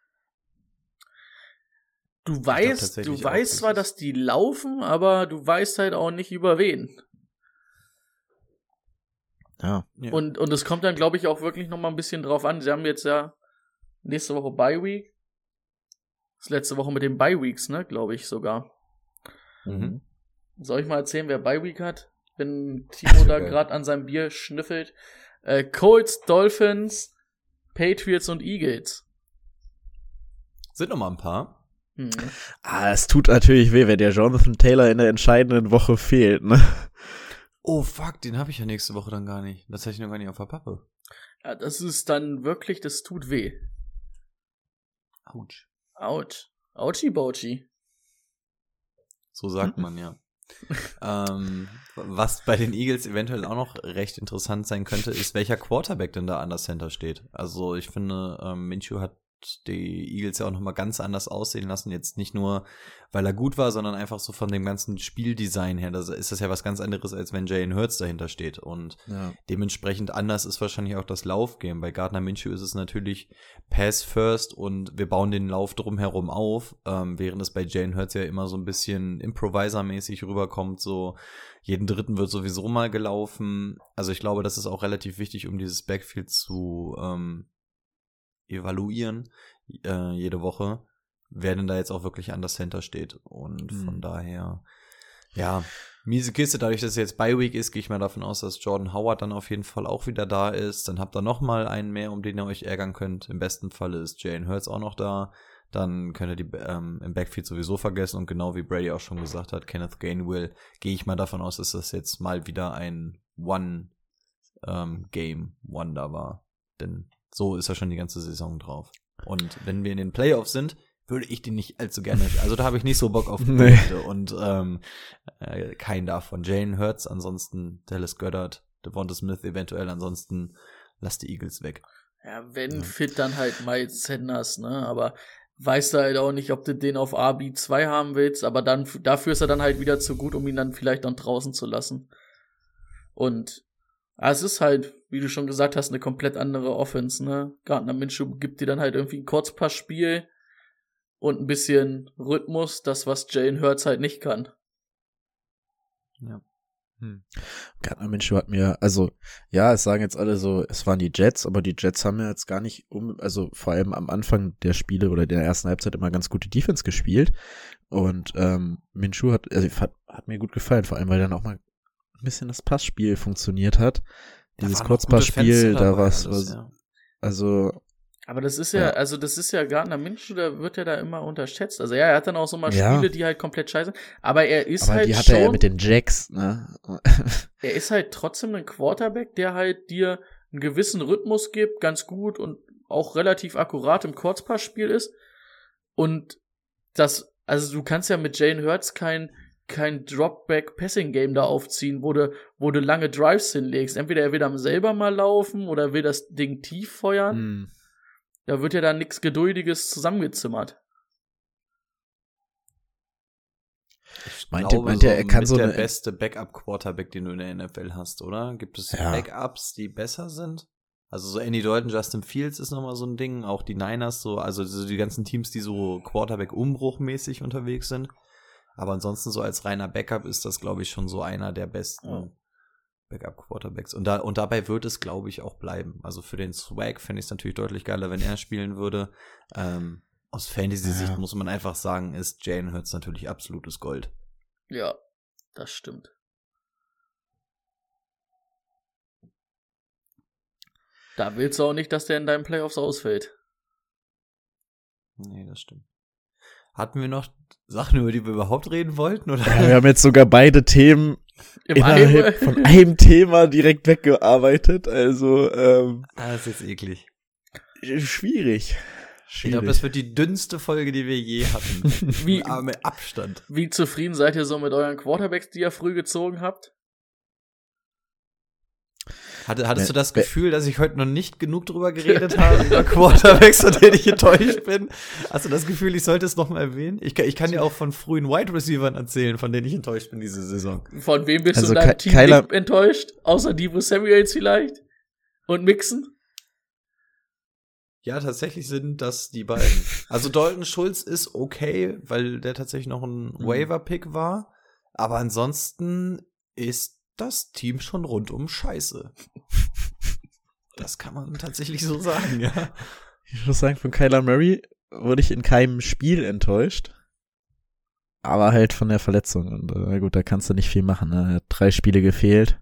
S7: Du weißt zwar, dass die laufen, aber du weißt halt auch nicht über wen.
S5: Ja.
S7: Und es kommt dann, glaube ich, auch wirklich noch mal ein bisschen drauf an. Sie haben jetzt ja nächste Woche Bye Week. Das ist letzte Woche mit den Bye Weeks, ne, glaube ich sogar.
S5: Mhm.
S7: Soll ich mal erzählen, wer Bye Week hat? Wenn Timo da gerade an seinem Bier schnüffelt. Colts, Dolphins, Patriots und Eagles.
S6: Sind noch mal ein paar.
S7: Mhm.
S5: Es tut natürlich weh, wenn der Jonathan Taylor in der entscheidenden Woche fehlt, ne?
S6: Oh fuck, den habe ich ja nächste Woche dann gar nicht. Das hätte ich noch gar nicht auf der Pappe.
S7: Ja, das ist dann wirklich, das tut weh.
S6: Autsch.
S7: Autschi-Bautschi.
S6: So sagt man, ja. Was bei den Eagles eventuell auch noch recht interessant sein könnte, ist, welcher Quarterback denn da an der Center steht. Also ich finde, Minshew hat die Eagles ja auch nochmal ganz anders aussehen lassen. Jetzt nicht nur, weil er gut war, sondern einfach so von dem ganzen Spieldesign her. Da ist das ja was ganz anderes, als wenn Jalen Hurts dahinter steht. Und dementsprechend anders ist wahrscheinlich auch das Laufgame. Bei Gardner Minshew ist es natürlich Pass first und wir bauen den Lauf drumherum auf, während es bei Jalen Hurts ja immer so ein bisschen Improviser-mäßig rüberkommt, so jeden dritten wird sowieso mal gelaufen. Also ich glaube, das ist auch relativ wichtig, um dieses Backfield zu evaluieren jede Woche, wer denn da jetzt auch wirklich an der Center steht. Und von daher, ja, miese Kiste. Dadurch, dass es jetzt Bye Week ist, gehe ich mal davon aus, dass Jordan Howard dann auf jeden Fall auch wieder da ist. Dann habt ihr noch mal einen mehr, um den ihr euch ärgern könnt. Im besten Falle ist Jalen Hurts auch noch da. Dann könnt ihr die im Backfield sowieso vergessen. Und genau wie Brady auch schon gesagt hat, Kenneth Gainwell, gehe ich mal davon aus, dass das jetzt mal wieder ein One-Game-Wonder war. Denn so ist er schon die ganze Saison drauf. Und wenn wir in den Playoffs sind, würde ich den nicht allzu gerne. Also da habe ich nicht so Bock auf Punkte. Und keinen davon. Jalen Hurts, ansonsten Dallas Goedert, Devonta Smith eventuell, ansonsten lasst die Eagles weg.
S7: Ja, wenn fit, dann halt Miles Sanders, ne? Aber weißt du halt auch nicht, ob du den auf RB2 haben willst, aber dann dafür ist er dann halt wieder zu gut, um ihn dann vielleicht dann draußen zu lassen. Und es ist halt, wie du schon gesagt hast, eine komplett andere Offense, ne? Gardner Minshew gibt dir dann halt irgendwie ein Kurzpassspiel und ein bisschen Rhythmus, das, was Jalen Hurts halt nicht kann.
S6: Ja.
S5: Gardner Minshew hat mir, also, ja, es sagen jetzt alle so, es waren die Jets, aber die Jets haben ja jetzt gar nicht, also vor allem am Anfang der Spiele oder der ersten Halbzeit immer ganz gute Defense gespielt. Und Minshew hat mir gut gefallen, vor allem, weil dann auch mal ein bisschen das Passspiel funktioniert hat. Dieses Kurzpassspiel, da war es, ja. Also.
S7: Aber das ist ja Gardner Minshew, da wird ja da immer unterschätzt. Also ja, er hat dann auch so mal Spiele, die halt komplett scheiße, aber er ist aber halt die hatte er mit den Jacks, ne? Er ist halt trotzdem ein Quarterback, der halt dir einen gewissen Rhythmus gibt, ganz gut und auch relativ akkurat im Kurzpassspiel ist. Und also du kannst ja mit Jalen Hurts kein Dropback-Passing-Game da aufziehen, wo du lange Drives hinlegst. Entweder er will dann selber mal laufen oder will das Ding tief feuern. Da wird ja dann nichts Geduldiges zusammengezimmert.
S6: Ich meinte er kann so der beste Backup-Quarterback, den du in der NFL hast, oder? Gibt es Backups, die besser sind? Also so Andy Dalton, Justin Fields ist nochmal so ein Ding, auch die Niners, also die ganzen Teams, die so Quarterback-Umbruchmäßig unterwegs sind. Aber ansonsten so als reiner Backup ist das, glaube ich, schon so einer der besten Backup-Quarterbacks. Und dabei wird es, glaube ich, auch bleiben. Also für den Swag fände ich es natürlich deutlich geiler, wenn er spielen würde. Aus Fantasy-Sicht muss man einfach sagen, ist Jalen Hurts natürlich absolutes Gold.
S7: Ja, das stimmt. Da willst du auch nicht, dass der in deinen Playoffs ausfällt.
S6: Nee, das stimmt. Hatten wir noch Sachen, über die wir überhaupt reden wollten? Oder?
S5: Ja, wir haben jetzt sogar beide Themen innerhalb von einem Thema direkt weggearbeitet. Also,
S6: das ist jetzt eklig.
S5: Schwierig.
S6: Ich glaube, das wird die dünnste Folge, die wir je hatten. Aber mit Abstand.
S7: Wie zufrieden seid ihr so mit euren Quarterbacks, die ihr früh gezogen habt?
S6: Hattest du das Gefühl, dass ich heute noch nicht genug drüber geredet habe, über Quarterbacks, von denen ich enttäuscht bin? Hast du das Gefühl, ich sollte es noch mal erwähnen? Ich kann dir auch von frühen Wide Receivern erzählen, von denen ich enttäuscht bin diese Saison.
S7: Von wem bist du in deinem Team nicht enttäuscht? Außer Deebo Samuels vielleicht? Und Mixon?
S6: Ja, tatsächlich sind das die beiden. Also Dalton Schultz ist okay, weil der tatsächlich noch ein Waiver-Pick war. Aber ansonsten ist das Team schon rundum scheiße. Das kann man tatsächlich so sagen, ja.
S5: Ich muss sagen, von Kyler Murray wurde ich in keinem Spiel enttäuscht. Aber halt von der Verletzung. Und na gut, da kannst du nicht viel machen. Ne? Er hat 3 Spiele gefehlt.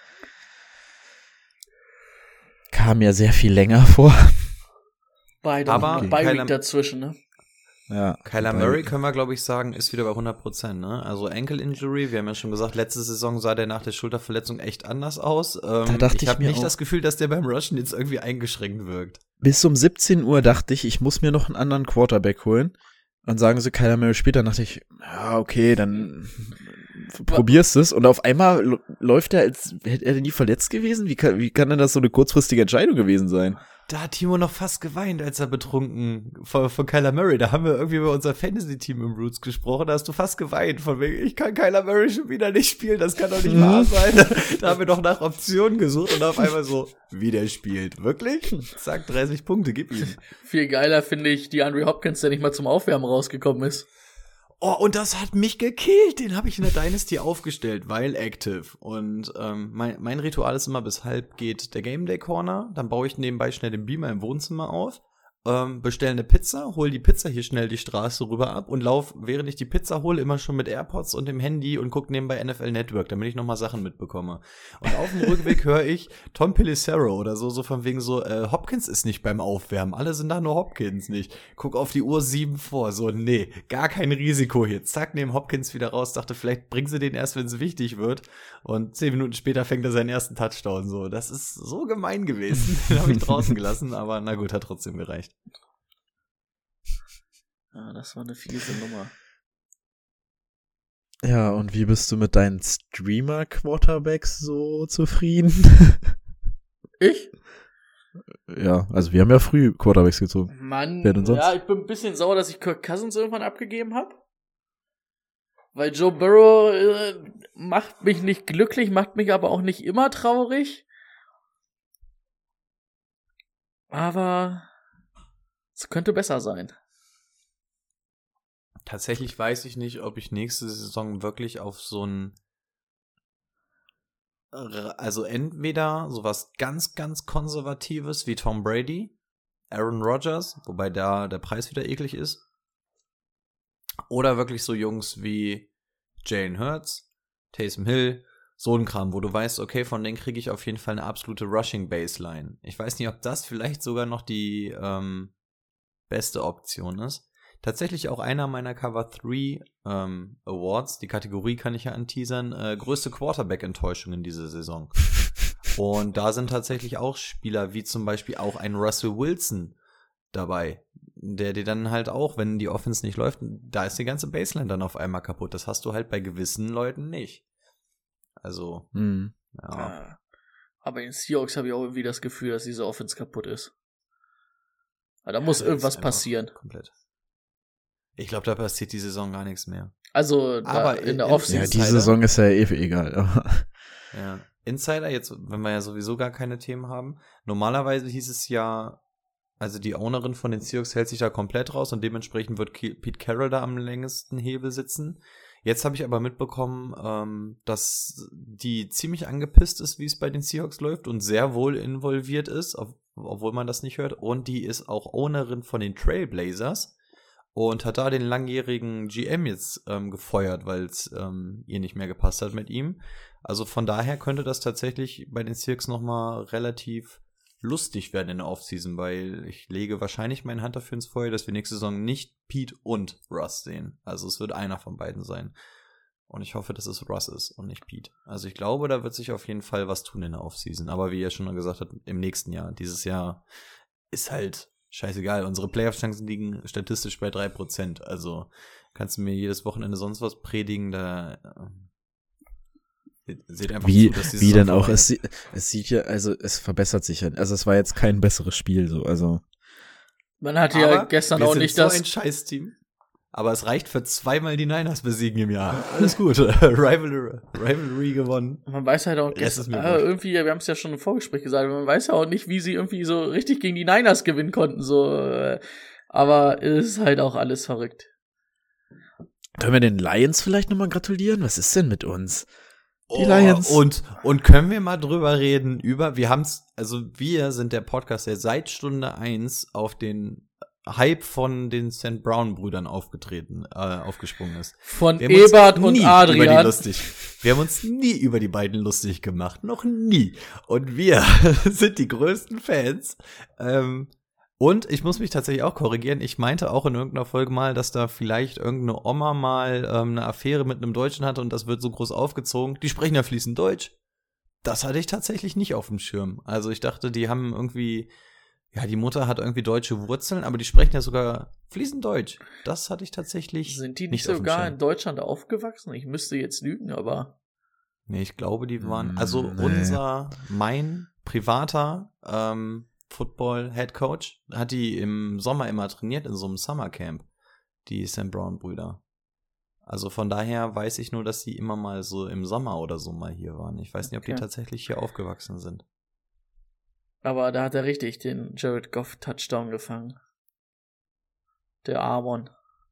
S5: Kam ja sehr viel länger vor.
S7: Beide,
S6: aber
S7: Bye-Week dazwischen, ne?
S5: Ja,
S6: Kyler Murray können wir, glaube ich, sagen, ist wieder bei 100%, ne? Also Ankle-Injury, wir haben ja schon gesagt, letzte Saison sah der nach der Schulterverletzung echt anders aus.
S5: Da dachte
S6: ich habe nicht
S5: auch
S6: das Gefühl, dass der beim Rushen jetzt irgendwie eingeschränkt wirkt.
S5: Bis um 17 Uhr dachte ich muss mir noch einen anderen Quarterback holen. Und sagen sie Kyler Murray später, dachte ich, ja, okay, dann probierst es. Und auf einmal läuft er, als hätte er nie verletzt gewesen? Wie kann denn das so eine kurzfristige Entscheidung gewesen sein?
S6: Da hat Timo noch fast geweint, als er betrunken von Kyler Murray. Da haben wir irgendwie über unser Fantasy-Team im Roots gesprochen. Da hast du fast geweint. Von wegen, ich kann Kyler Murray schon wieder nicht spielen. Das kann doch nicht wahr sein. Da haben wir doch nach Optionen gesucht und auf einmal so, wie der spielt. Wirklich? Zack, 30 Punkte, gib ihm.
S7: Viel geiler finde ich DeAndre Hopkins, der nicht mal zum Aufwärmen rausgekommen ist.
S6: Oh, und das hat mich gekillt. Den habe ich in der Dynasty aufgestellt, weil active. Und mein Ritual ist immer, bis halb geht der Game Day Corner. Dann baue ich nebenbei schnell den Beamer im Wohnzimmer auf. Bestelle eine Pizza, hol die Pizza hier schnell die Straße rüber ab und lauf, während ich die Pizza hole, immer schon mit AirPods und dem Handy und guck nebenbei NFL Network, damit ich nochmal Sachen mitbekomme. Und auf dem Rückweg höre ich Tom Pelissero oder so von wegen so, Hopkins ist nicht beim Aufwärmen, alle sind da, nur Hopkins nicht. Guck auf die Uhr 7 vor, so, nee, gar kein Risiko hier. Zack, nehmen Hopkins wieder raus, dachte, vielleicht bringen sie den erst, wenn es wichtig wird. Und 10 Minuten später fängt er seinen ersten Touchdown, so. Das ist so gemein gewesen. Den habe ich draußen gelassen, aber na gut, hat trotzdem gereicht.
S7: Ja, das war eine fiese Nummer.
S5: Ja, und wie bist du mit deinen Streamer-Quarterbacks so zufrieden?
S7: Ich?
S5: Ja, also wir haben ja früh Quarterbacks gezogen.
S7: Mann,
S5: Wer denn sonst?
S7: ja, ich bin ein bisschen sauer, dass ich Kirk Cousins irgendwann abgegeben habe. Weil Joe Burrow macht mich nicht glücklich, macht mich aber auch nicht immer traurig. Aber es könnte besser sein.
S6: Tatsächlich weiß ich nicht, ob ich nächste Saison wirklich auf so ein, also entweder sowas ganz, ganz Konservatives wie Tom Brady, Aaron Rodgers, wobei da der Preis wieder eklig ist, oder wirklich so Jungs wie Jalen Hurts, Taysom Hill, so ein Kram, wo du weißt, okay, von denen kriege ich auf jeden Fall eine absolute Rushing-Baseline. Ich weiß nicht, ob das vielleicht sogar noch die beste Option ist. Tatsächlich auch einer meiner Cover 3 Awards, die Kategorie kann ich ja anteasern, größte Quarterback-Enttäuschung in dieser Saison. Und da sind tatsächlich auch Spieler wie zum Beispiel auch ein Russell Wilson dabei, der dir dann halt auch, wenn die Offense nicht läuft, da ist die ganze Baseline dann auf einmal kaputt. Das hast du halt bei gewissen Leuten nicht. Also, ja.
S7: Aber in Seahawks habe ich auch irgendwie das Gefühl, dass diese Offense kaputt ist. Aber da muss irgendwas passieren.
S6: Komplett. Ich glaube, da passiert die Saison gar nichts mehr.
S7: Also aber in der Offseason.
S5: Ja, die Saison ist ja egal.
S6: Ja. Insider, jetzt, wenn wir ja sowieso gar keine Themen haben. Normalerweise hieß es ja, also die Ownerin von den Seahawks hält sich da komplett raus und dementsprechend wird Pete Carroll da am längsten Hebel sitzen. Jetzt habe ich aber mitbekommen, dass die ziemlich angepisst ist, wie es bei den Seahawks läuft und sehr wohl involviert ist, obwohl man das nicht hört. Und die ist auch Ownerin von den Trailblazers und hat da den langjährigen GM jetzt gefeuert, weil es ihr nicht mehr gepasst hat mit ihm. Also von daher könnte das tatsächlich bei den Seahawks nochmal relativ lustig werden in der Offseason, weil ich lege wahrscheinlich meine Hand dafür ins Feuer, dass wir nächste Saison nicht Pete und Russ sehen. Also es wird einer von beiden sein. Und ich hoffe, dass es Russ ist und nicht Pete. Also ich glaube, da wird sich auf jeden Fall was tun in der Offseason. Aber wie er schon gesagt hat, im nächsten Jahr. Dieses Jahr ist halt scheißegal. Unsere Playoff-Chancen liegen statistisch bei 3%. Also kannst du mir jedes Wochenende sonst was predigen, da seht einfach
S5: wie,
S6: zu, dass
S5: wie denn auch, es sieht ja, also es verbessert sich ja, also es war jetzt kein besseres Spiel, so, also.
S7: Man hatte ja gestern auch nicht das.
S6: Wir sind so ein Scheiß-Team. Aber es reicht für 2-mal die Niners besiegen im Jahr. Alles gut. Rivalry gewonnen.
S7: Man weiß halt auch gestern, irgendwie, wir haben es ja schon im Vorgespräch gesagt, man weiß ja auch nicht, wie sie irgendwie so richtig gegen die Niners gewinnen konnten, so. Aber es ist halt auch alles verrückt.
S5: Können wir den Lions vielleicht nochmal gratulieren? Was ist denn mit uns? Die Lions.
S6: Und können wir mal drüber reden wir sind der Podcast, der seit Stunde 1 auf den Hype von den St. Brown-Brüdern aufgesprungen ist.
S7: Von Ebert und Adrian.
S6: Wir haben uns nie über die beiden lustig gemacht. Noch nie. Und wir sind die größten Fans. Und ich muss mich tatsächlich auch korrigieren. Ich meinte auch in irgendeiner Folge mal, dass da vielleicht irgendeine Oma mal eine Affäre mit einem Deutschen hatte und das wird so groß aufgezogen. Die sprechen ja fließend Deutsch. Das hatte ich tatsächlich nicht auf dem Schirm. Also ich dachte, die haben irgendwie, ja, die Mutter hat irgendwie deutsche Wurzeln, aber die sprechen ja sogar fließend Deutsch. Das hatte ich tatsächlich
S7: Sind die nicht sogar in Deutschland aufgewachsen? Ich müsste jetzt lügen, aber.
S6: Nee, ich glaube, die waren, mein privater Football-Head-Coach hat die im Sommer immer trainiert, in so einem Summercamp, die St. Brown-Brüder. Also von daher weiß ich nur, dass die immer mal so im Sommer oder so mal hier waren. Ich weiß nicht, ob die tatsächlich hier aufgewachsen sind.
S7: Aber da hat er richtig den Jared Goff-Touchdown gefangen. Der Armon.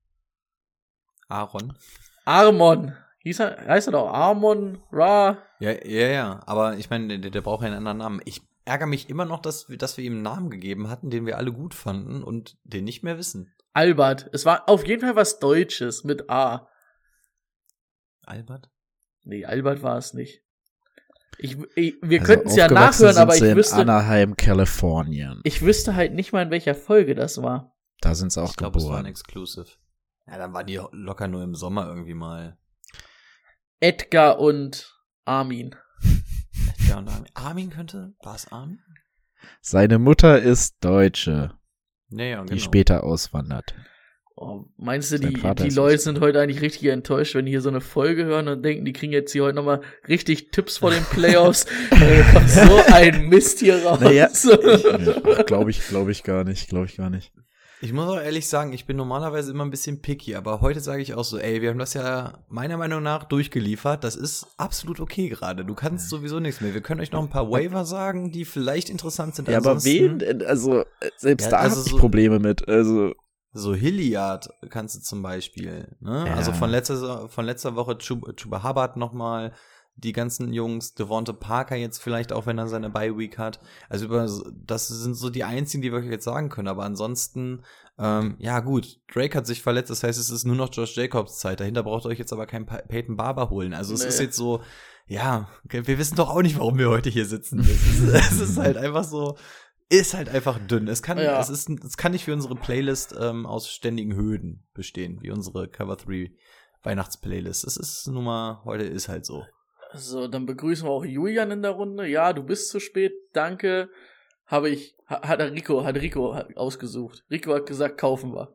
S7: Armon. Heißt er doch Armon Ra?
S6: Ja. Aber ich meine, der braucht ja einen anderen Namen. Ich ärgere mich immer noch, dass wir ihm einen Namen gegeben hatten, den wir alle gut fanden und den nicht mehr wissen.
S7: Albert. Es war auf jeden Fall was Deutsches mit A.
S6: Albert?
S7: Nee, Albert war es nicht. Wir könnten es ja nachhören, aber ich wüsste.
S5: In Anaheim, Kalifornien.
S7: Ich wüsste halt nicht mal, in welcher Folge das war.
S5: Da sind sie auch
S6: geboren. Ich glaube, es war ein Exclusive. Ja, dann waren die locker nur im Sommer irgendwie mal.
S7: Edgar und Armin.
S6: Armin könnte? War es Armin?
S5: Seine Mutter ist Deutsche,
S6: Ja, genau.
S5: die später auswandert.
S7: Oh, meinst du,
S5: Sein Vater
S7: die
S5: ist
S7: Leute sind heute eigentlich richtig enttäuscht, wenn die hier so eine Folge hören und denken, die kriegen jetzt hier heute nochmal richtig Tipps vor den Playoffs? Kommt so ein Mist hier raus.
S5: Naja, glaube ich gar nicht.
S6: Ich muss auch ehrlich sagen, ich bin normalerweise immer ein bisschen picky, aber heute sage ich auch so, ey, wir haben das ja meiner Meinung nach durchgeliefert. Das ist absolut okay gerade. Du kannst sowieso nichts mehr. Wir können euch noch ein paar Waiver sagen, die vielleicht interessant sind.
S5: Ja, aber wen? Also, selbst da habe ich Probleme mit. Also
S6: so Hilliard kannst du zum Beispiel, ne?
S5: Ja.
S6: Also von letzter Woche Chuba Hubbard nochmal, die ganzen Jungs, Devonta Parker jetzt vielleicht auch, wenn er seine Bye-Week hat. Also das sind so die einzigen, die wir jetzt sagen können. Aber ansonsten, ja gut, Drake hat sich verletzt, das heißt, es ist nur noch Josh Jacobs Zeit. Dahinter braucht ihr euch jetzt aber keinen Peyton Barber holen. Also es ist jetzt so, ja, wir wissen doch auch nicht, warum wir heute hier sitzen. Es ist halt einfach so, ist halt einfach dünn. Es kann nicht für unsere Playlist aus ständigen Höhen bestehen, wie unsere Cover 3 Weihnachtsplaylist. Es ist nun mal, heute ist halt so.
S7: So, dann begrüßen wir auch Julian in der Runde. Ja, du bist zu spät, danke. Hat Rico ausgesucht. Rico hat gesagt, kaufen wir.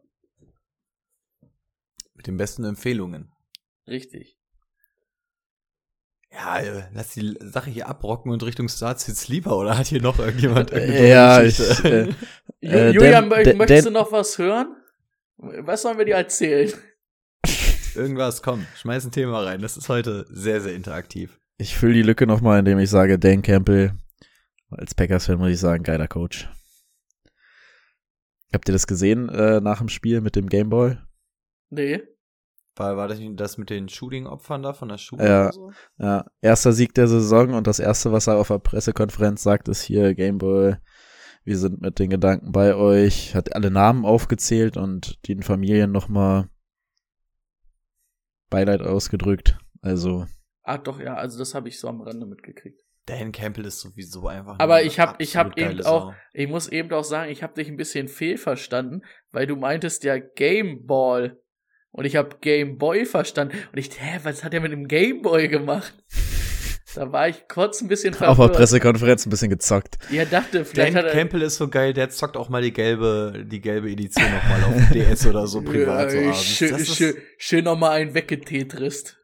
S6: Mit den besten Empfehlungen.
S7: Richtig.
S6: Ja, lass die Sache hier abrocken und Richtung Starts Hit Sleeper, oder hat hier noch irgendjemand
S7: Julian, möchtest du noch was hören? Was sollen wir dir erzählen?
S6: Irgendwas, komm, schmeiß ein Thema rein. Das ist heute sehr, sehr interaktiv.
S5: Ich fülle die Lücke nochmal, indem ich sage, Dan Campbell, als Packers-Fan muss ich sagen, geiler Coach. Habt ihr das gesehen nach dem Spiel mit dem Gameball?
S7: Nee.
S6: War das mit den Shooting-Opfern da von der Schule
S5: Ja,
S6: oder so?
S5: Ja, erster Sieg der Saison und das erste, was er auf der Pressekonferenz sagt, ist hier, Gameball, wir sind mit den Gedanken bei euch, hat alle Namen aufgezählt und den Familien nochmal Beileid ausgedrückt, also.
S7: Ah, doch, ja, also das habe ich so am Rande mitgekriegt.
S6: Dan Campbell ist sowieso einfach.
S7: Aber ich hab eben auch, ich muss eben auch sagen, ich habe dich ein bisschen fehlverstanden, weil du meintest ja Gameball und ich habe Gameboy verstanden und ich, was hat er mit dem Gameboy gemacht? Da war ich kurz ein bisschen verwirrt.
S5: Auf der Pressekonferenz ein bisschen gezockt.
S7: Ja, dachte, vielleicht
S6: Dan
S7: hat er...
S6: Campbell ist so geil, der zockt auch mal die gelbe Edition nochmal auf dem DS oder so privat so abends.
S7: Schön nochmal einen weggetetrist.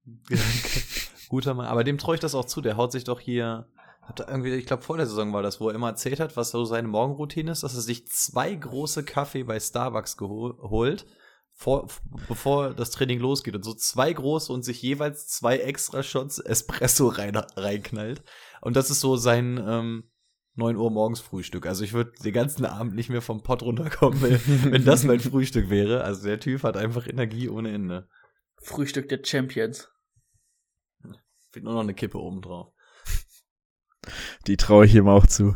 S6: Guter Mann, aber dem traue ich das auch zu, der haut sich doch hier, ich glaube vor der Saison war das, wo er immer erzählt hat, was so seine Morgenroutine ist, dass er sich 2 große Kaffee bei Starbucks holt, bevor das Training losgeht und so 2 große und sich jeweils 2 extra Shots Espresso reinknallt und das ist so sein 9 Uhr morgens Frühstück, also ich würde den ganzen Abend nicht mehr vom Pott runterkommen, wenn das mein Frühstück wäre, also der Typ hat einfach Energie ohne Ende.
S7: Frühstück der Champions.
S6: Fehlt nur noch eine Kippe oben drauf.
S5: Die traue ich ihm auch zu.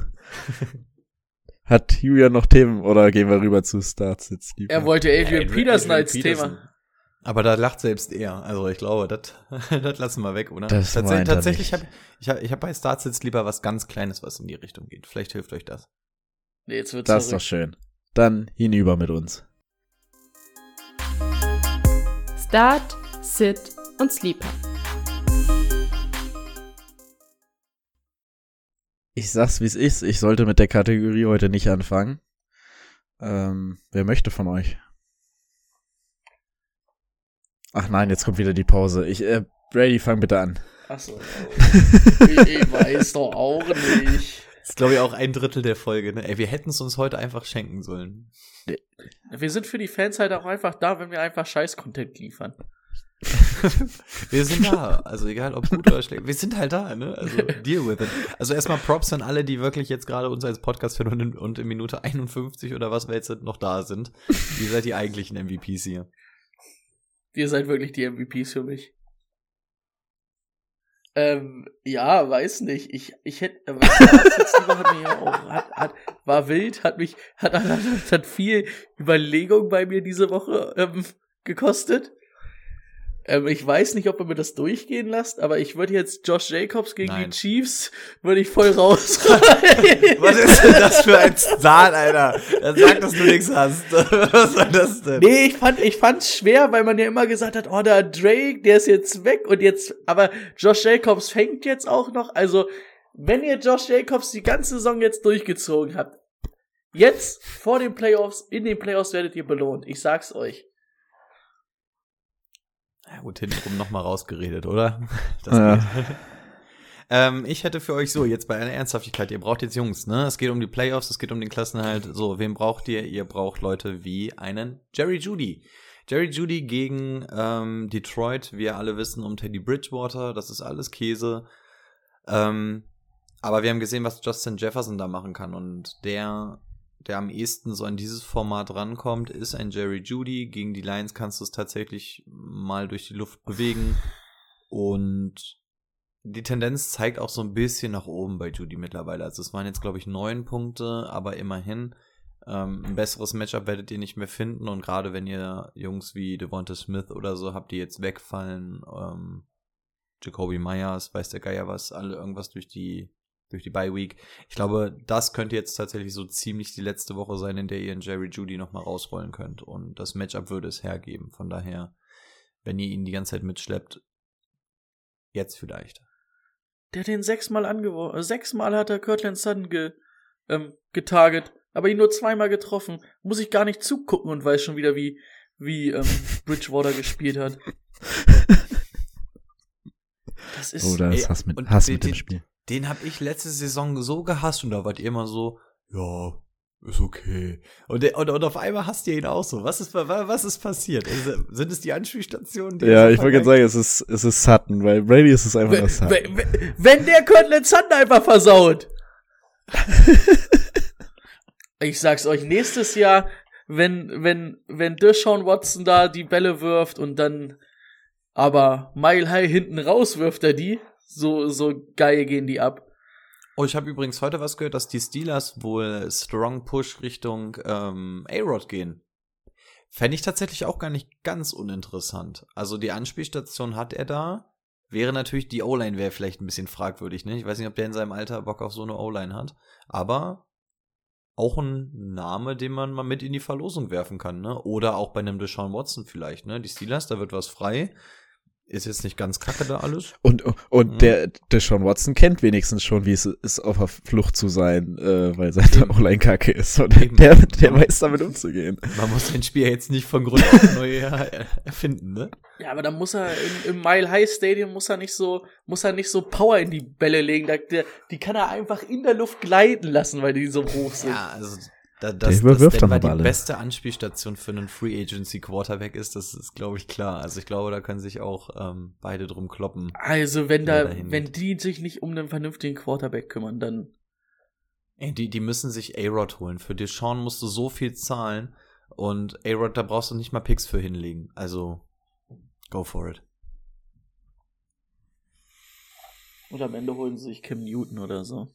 S5: Hat Julian noch Themen oder gehen wir rüber zu Starts jetzt?
S7: Er wollte Adrian Peterson als Thema.
S6: Aber da lacht selbst er. Also ich glaube, das lassen wir weg, oder?
S5: Das
S6: tatsächlich habe ich hab bei Starts jetzt lieber was ganz Kleines, was in die Richtung geht. Vielleicht hilft euch das.
S7: Nee, jetzt wird's
S5: das ist doch schön. Dann hinüber mit uns.
S4: Start, Sit und Sleeper.
S5: Ich sag's, wie es ist. Ich sollte mit der Kategorie heute nicht anfangen. Wer möchte von euch? Ach nein, jetzt kommt wieder die Pause. Brady, fang bitte an.
S7: Achso. Ich weiß doch auch nicht.
S6: Das ist, glaube ich, auch 1/3 der Folge. Ne? Ey, wir hätten es uns heute einfach schenken sollen.
S7: Wir sind für die Fans halt auch einfach da, wenn wir einfach Scheiß-Content liefern.
S6: Wir sind da, also egal ob gut oder schlecht, wir sind halt da, ne? Also deal with it. Also erstmal Props an alle, die wirklich jetzt gerade uns als Podcast hören und in Minute 51 oder was wir jetzt noch da sind. Ihr seid die eigentlichen MVPs hier.
S7: Ihr seid wirklich die MVPs für mich. Ja, weiß nicht. Ich hätte, war wild, hat viel Überlegung bei mir diese Woche gekostet. Ich weiß nicht, ob ihr mir das durchgehen lasst, aber ich würde jetzt Josh Jacobs gegen die Chiefs, würde ich voll rausrein.
S6: Was ist denn das für ein Start, Alter? Dann sag, dass du nichts hast. Was soll das denn?
S7: Nee, ich fand's schwer, weil man ja immer gesagt hat, oh, der Drake, der ist jetzt weg und jetzt, aber Josh Jacobs fängt jetzt auch noch, also, wenn ihr Josh Jacobs die ganze Saison jetzt durchgezogen habt, Jetzt, vor den Playoffs, in den Playoffs werdet ihr belohnt. Ich sag's euch.
S6: Ja gut, hintenrum nochmal rausgeredet, oder? Das geht. Ich hätte für euch so, jetzt bei einer Ernsthaftigkeit, ihr braucht jetzt Jungs, ne? Es geht um die Playoffs, es geht um den Klassenerhalt. So, wen braucht ihr? Ihr braucht Leute wie einen Jerry Jeudy. Jerry Jeudy gegen Detroit. Wir alle wissen um Teddy Bridgewater, das ist alles Käse. Aber wir haben gesehen, was Justin Jefferson da machen kann. Und der am ehesten so an dieses Format rankommt, ist ein Jerry Jeudy. Gegen die Lions kannst du es tatsächlich mal durch die Luft bewegen. Und die Tendenz zeigt auch so ein bisschen nach oben bei Jeudy mittlerweile. Also es waren jetzt, glaube ich, 9 Punkte, aber immerhin. Ein besseres Matchup werdet ihr nicht mehr finden. Und gerade wenn ihr Jungs wie Devonta Smith oder so habt, die jetzt wegfallen, Jacoby Myers, weiß der Geier was, alle irgendwas durch die Bye-Week. Ich glaube, das könnte jetzt tatsächlich so ziemlich die letzte Woche sein, in der ihr einen Jerry Jeudy nochmal rausrollen könnt. Und das Matchup würde es hergeben. Von daher, wenn ihr ihn die ganze Zeit mitschleppt, jetzt vielleicht.
S7: Der hat den 6-mal angeworfen. 6-mal hat er Cortland Sutton getarget, aber ihn nur 2-mal getroffen. Muss ich gar nicht zugucken und weiß schon wieder, wie Bridgewater gespielt hat. Das ist...
S5: Oder ist Hass mit dem Spiel.
S6: Den hab ich letzte Saison so gehasst und da wart ihr immer so, ja, ist okay. Und auf einmal hasst ihr ihn auch so. Was ist passiert? Sind es die Anspielstationen?
S5: Ja, ich wollte gerade sagen, es ist Sutton, weil Brady ist es einfach nur Sutton.
S7: Wenn der Cortland Sutton einfach versaut. Ich sag's euch, nächstes Jahr, wenn Deshaun Watson da die Bälle wirft und dann aber Mile High hinten raus wirft er die, so geil gehen die ab.
S6: Oh, ich habe übrigens heute was gehört, dass die Steelers wohl Strong Push Richtung A-Rod gehen. Fände ich tatsächlich auch gar nicht ganz uninteressant. Also die Anspielstation hat er da. Wäre natürlich, die O-Line wäre vielleicht ein bisschen fragwürdig, ne? Ich weiß nicht, ob der in seinem Alter Bock auf so eine O-Line hat. Aber auch ein Name, den man mal mit in die Verlosung werfen kann, ne? Oder auch bei einem Deshaun Watson vielleicht, ne? Die Steelers, da wird was frei. Ist jetzt nicht ganz kacke da alles.
S5: Und der Deshaun Watson kennt wenigstens schon, wie es ist, auf der Flucht zu sein, weil seine O-Line kacke ist. Und der weiß damit umzugehen.
S6: Man muss den Spiel jetzt nicht von Grund auf neu erfinden, ne?
S7: Ja, aber dann muss er im Mile High Stadium muss er nicht so Power in die Bälle legen. Die kann er einfach in der Luft gleiten lassen, weil die so hoch sind.
S6: Ja, also das
S5: Denver
S6: die beste Anspielstation für einen Free Agency Quarterback ist, das ist, glaube ich, klar. Also ich glaube, da können sich auch beide drum kloppen.
S7: Also wenn die sich nicht um einen vernünftigen Quarterback kümmern, dann...
S6: Ey, die müssen sich A-Rod holen. Für Deshaun musst du so viel zahlen und A-Rod, da brauchst du nicht mal Picks für hinlegen. Also, go for it.
S7: Und am Ende holen sie sich Cam Newton oder so.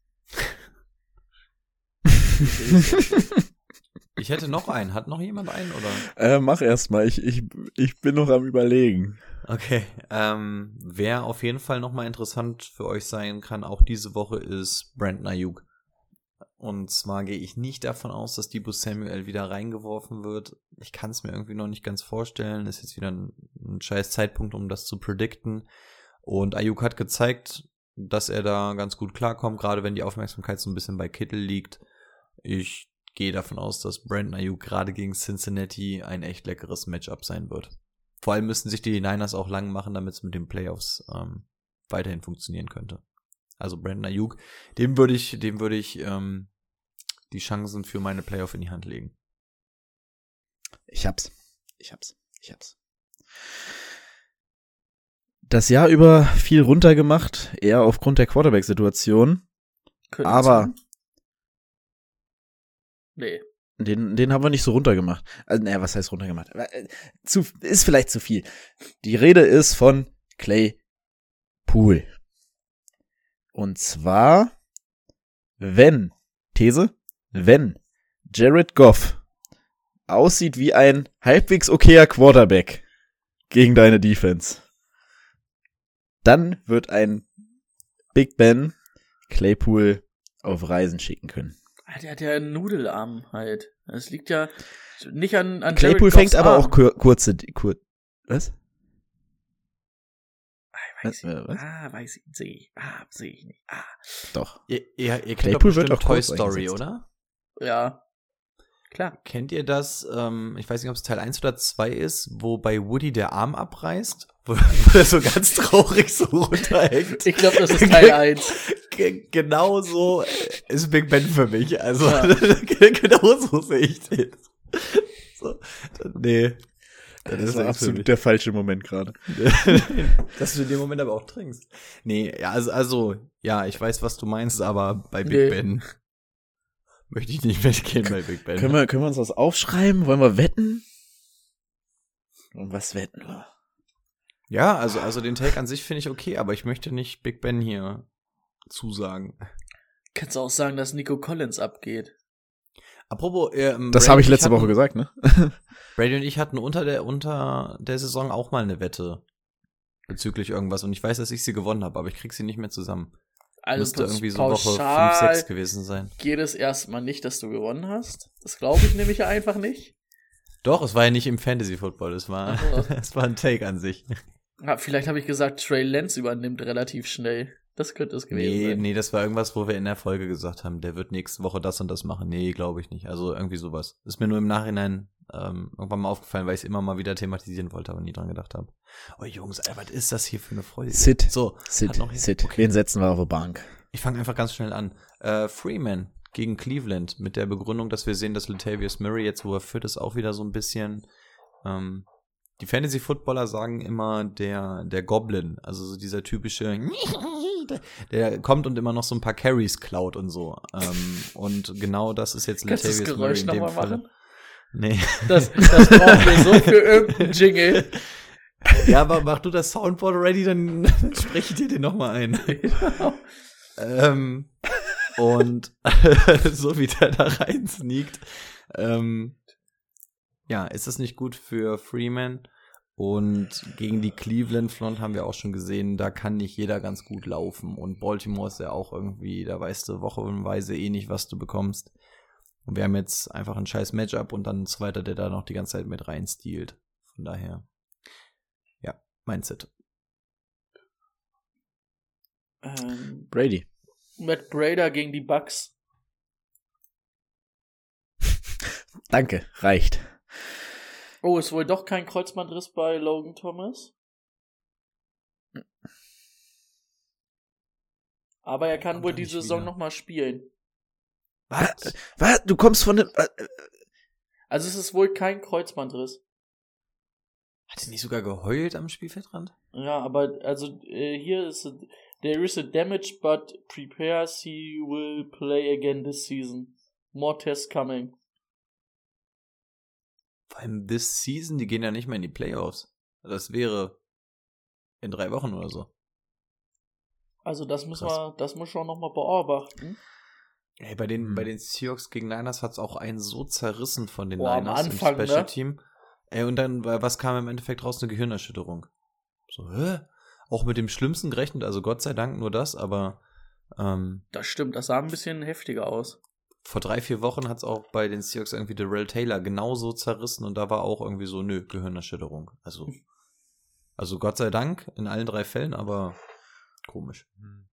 S6: Ich hätte noch einen. Hat noch jemand einen, oder?
S5: Mach erst mal. Ich bin noch am Überlegen.
S6: Okay. Wer auf jeden Fall noch mal interessant für euch sein kann, auch diese Woche, ist Brandon Ayuk. Und zwar gehe ich nicht davon aus, dass Deebo Samuel wieder reingeworfen wird. Ich kann es mir irgendwie noch nicht ganz vorstellen. Ist jetzt wieder ein scheiß Zeitpunkt, um das zu predikten. Und Ayuk hat gezeigt, dass er da ganz gut klarkommt, gerade wenn die Aufmerksamkeit so ein bisschen bei Kittle liegt. Ich gehe davon aus, dass Brandon Ayuk gerade gegen Cincinnati ein echt leckeres Matchup sein wird. Vor allem müssten sich die Niners auch lang machen, damit es mit den Playoffs weiterhin funktionieren könnte. Also Brandon Ayuk, dem würde ich die Chancen für meine Playoff in die Hand legen.
S5: Ich hab's. Das Jahr über viel runtergemacht, eher aufgrund der Quarterback-Situation. Aber
S7: nee.
S5: Den haben wir nicht so runtergemacht. Also, naja, was heißt runtergemacht? Ist vielleicht zu viel. Die Rede ist von Claypool. Und zwar, wenn Jared Goff aussieht wie ein halbwegs okayer Quarterback gegen deine Defense, dann wird ein Big Ben Claypool auf Reisen schicken können.
S7: Der hat ja einen Nudelarm halt. Das liegt ja nicht an
S5: Claypool
S7: Jared
S5: fängt
S7: Goffs
S5: aber
S7: Arm.
S5: auch was?
S7: Weiß ich nicht. Sehe ich nicht.
S5: Doch.
S6: Ihr kennt
S5: Claypool
S6: doch bestimmt
S5: wird auch
S6: Toy
S5: kurz
S6: Story,
S5: eingesetzt.
S6: oder?
S7: Ja. Klar.
S6: Kennt ihr das, ich weiß nicht, ob es Teil 1 oder 2 ist, wo bei Woody der Arm abreißt? Wo er so ganz traurig so runterhängt.
S7: Ich glaube, das ist Teil 1.
S6: Genau so ist Big Ben für mich. Also, genau so sehe ich den. So, nee.
S5: Das war absolut der falsche Moment gerade.
S6: Dass du in dem Moment aber auch trinkst. Nee, ja, also, ja, ich weiß, was du meinst, aber bei Big Ben möchte ich nicht mitgehen bei Big Ben.
S5: Können wir uns was aufschreiben? Wollen wir wetten? Und was wetten wir?
S6: Ja, also den Take an sich finde ich okay, aber ich möchte nicht Big Ben hier zusagen.
S7: Kannst du auch sagen, dass Nico Collins abgeht?
S6: Apropos,
S5: das habe ich letzte Woche gesagt, ne?
S6: Brady und ich hatten unter der Saison auch mal eine Wette bezüglich irgendwas und ich weiß, dass ich sie gewonnen habe, aber ich krieg sie nicht mehr zusammen.
S7: Also
S6: müsste irgendwie so Woche 5, 6 gewesen sein.
S7: Geht es erstmal nicht, dass du gewonnen hast? Das glaube ich nämlich einfach nicht.
S6: Doch, es war ja nicht im Fantasy-Football, es war ein Take an sich.
S7: Ja, vielleicht habe ich gesagt, Trey Lance übernimmt relativ schnell. Das könnte es gewesen sein.
S6: Nee, das war irgendwas, wo wir in der Folge gesagt haben, der wird nächste Woche das und das machen. Nee, glaube ich nicht. Also irgendwie sowas. Ist mir nur im Nachhinein irgendwann mal aufgefallen, weil ich es immer mal wieder thematisieren wollte, aber nie dran gedacht habe. Oh Jungs, ey, was ist das hier für eine Freude?
S5: Sit.
S6: Okay.
S5: Wen setzen wir auf die Bank?
S6: Ich fange einfach ganz schnell an. Freeman gegen Cleveland mit der Begründung, dass wir sehen, dass Latavius Murray jetzt, wo er fit ist, auch wieder so ein bisschen die Fantasy-Footballer sagen immer der Goblin, also so dieser typische der kommt und immer noch so ein paar Carries klaut und so. Und genau das ist jetzt
S7: Latavius Murray in dem Fall. Machen?
S6: Nee.
S7: Das brauchen wir so für irgendeinen Jingle.
S6: Ja, aber mach du das Soundboard ready, dann spreche ich dir den nochmal ein. Und so wie der da rein sneakt, ja, ist das nicht gut für Freeman. Und gegen die Cleveland Front haben wir auch schon gesehen, da kann nicht jeder ganz gut laufen. Und Baltimore ist ja auch irgendwie, da weißt du wochenweise nicht, was du bekommst. Und wir haben jetzt einfach ein scheiß Matchup und dann ein zweiter, der da noch die ganze Zeit mit rein stiehlt. Von daher, ja, mein Sit.
S5: Brady.
S7: Matt Breida gegen die Bucks.
S5: Danke, reicht.
S7: Oh, ist wohl doch kein Kreuzbandriss bei Logan Thomas. Aber er kann wohl die Saison nochmal spielen.
S5: Was? Was? Du kommst von dem...
S7: Also es ist wohl kein Kreuzbandriss.
S6: Hat er nicht sogar geheult am Spielfeldrand?
S7: Ja, aber also hier ist... There is a damage, but prepares he will play again this season. More tests coming.
S6: Vor allem this season, die gehen ja nicht mehr in die Playoffs. Das wäre in 3 Wochen oder so.
S7: Also das muss schon nochmal beobachten.
S6: Ey, bei den Seahawks gegen Niners hat es auch einen so zerrissen von den
S7: Niners
S6: am
S7: Anfang,
S6: im Special Team. Ey, und dann, was kam im Endeffekt raus? Eine Gehirnerschütterung. So, auch mit dem Schlimmsten gerechnet, also Gott sei Dank nur das, aber
S7: das stimmt, das sah ein bisschen heftiger aus.
S6: Vor 3-4 Wochen hat es auch bei den Seahawks irgendwie Darrell Taylor genauso zerrissen und da war auch irgendwie so, Gehirnerschütterung. Also Gott sei Dank in allen 3 Fällen, aber komisch.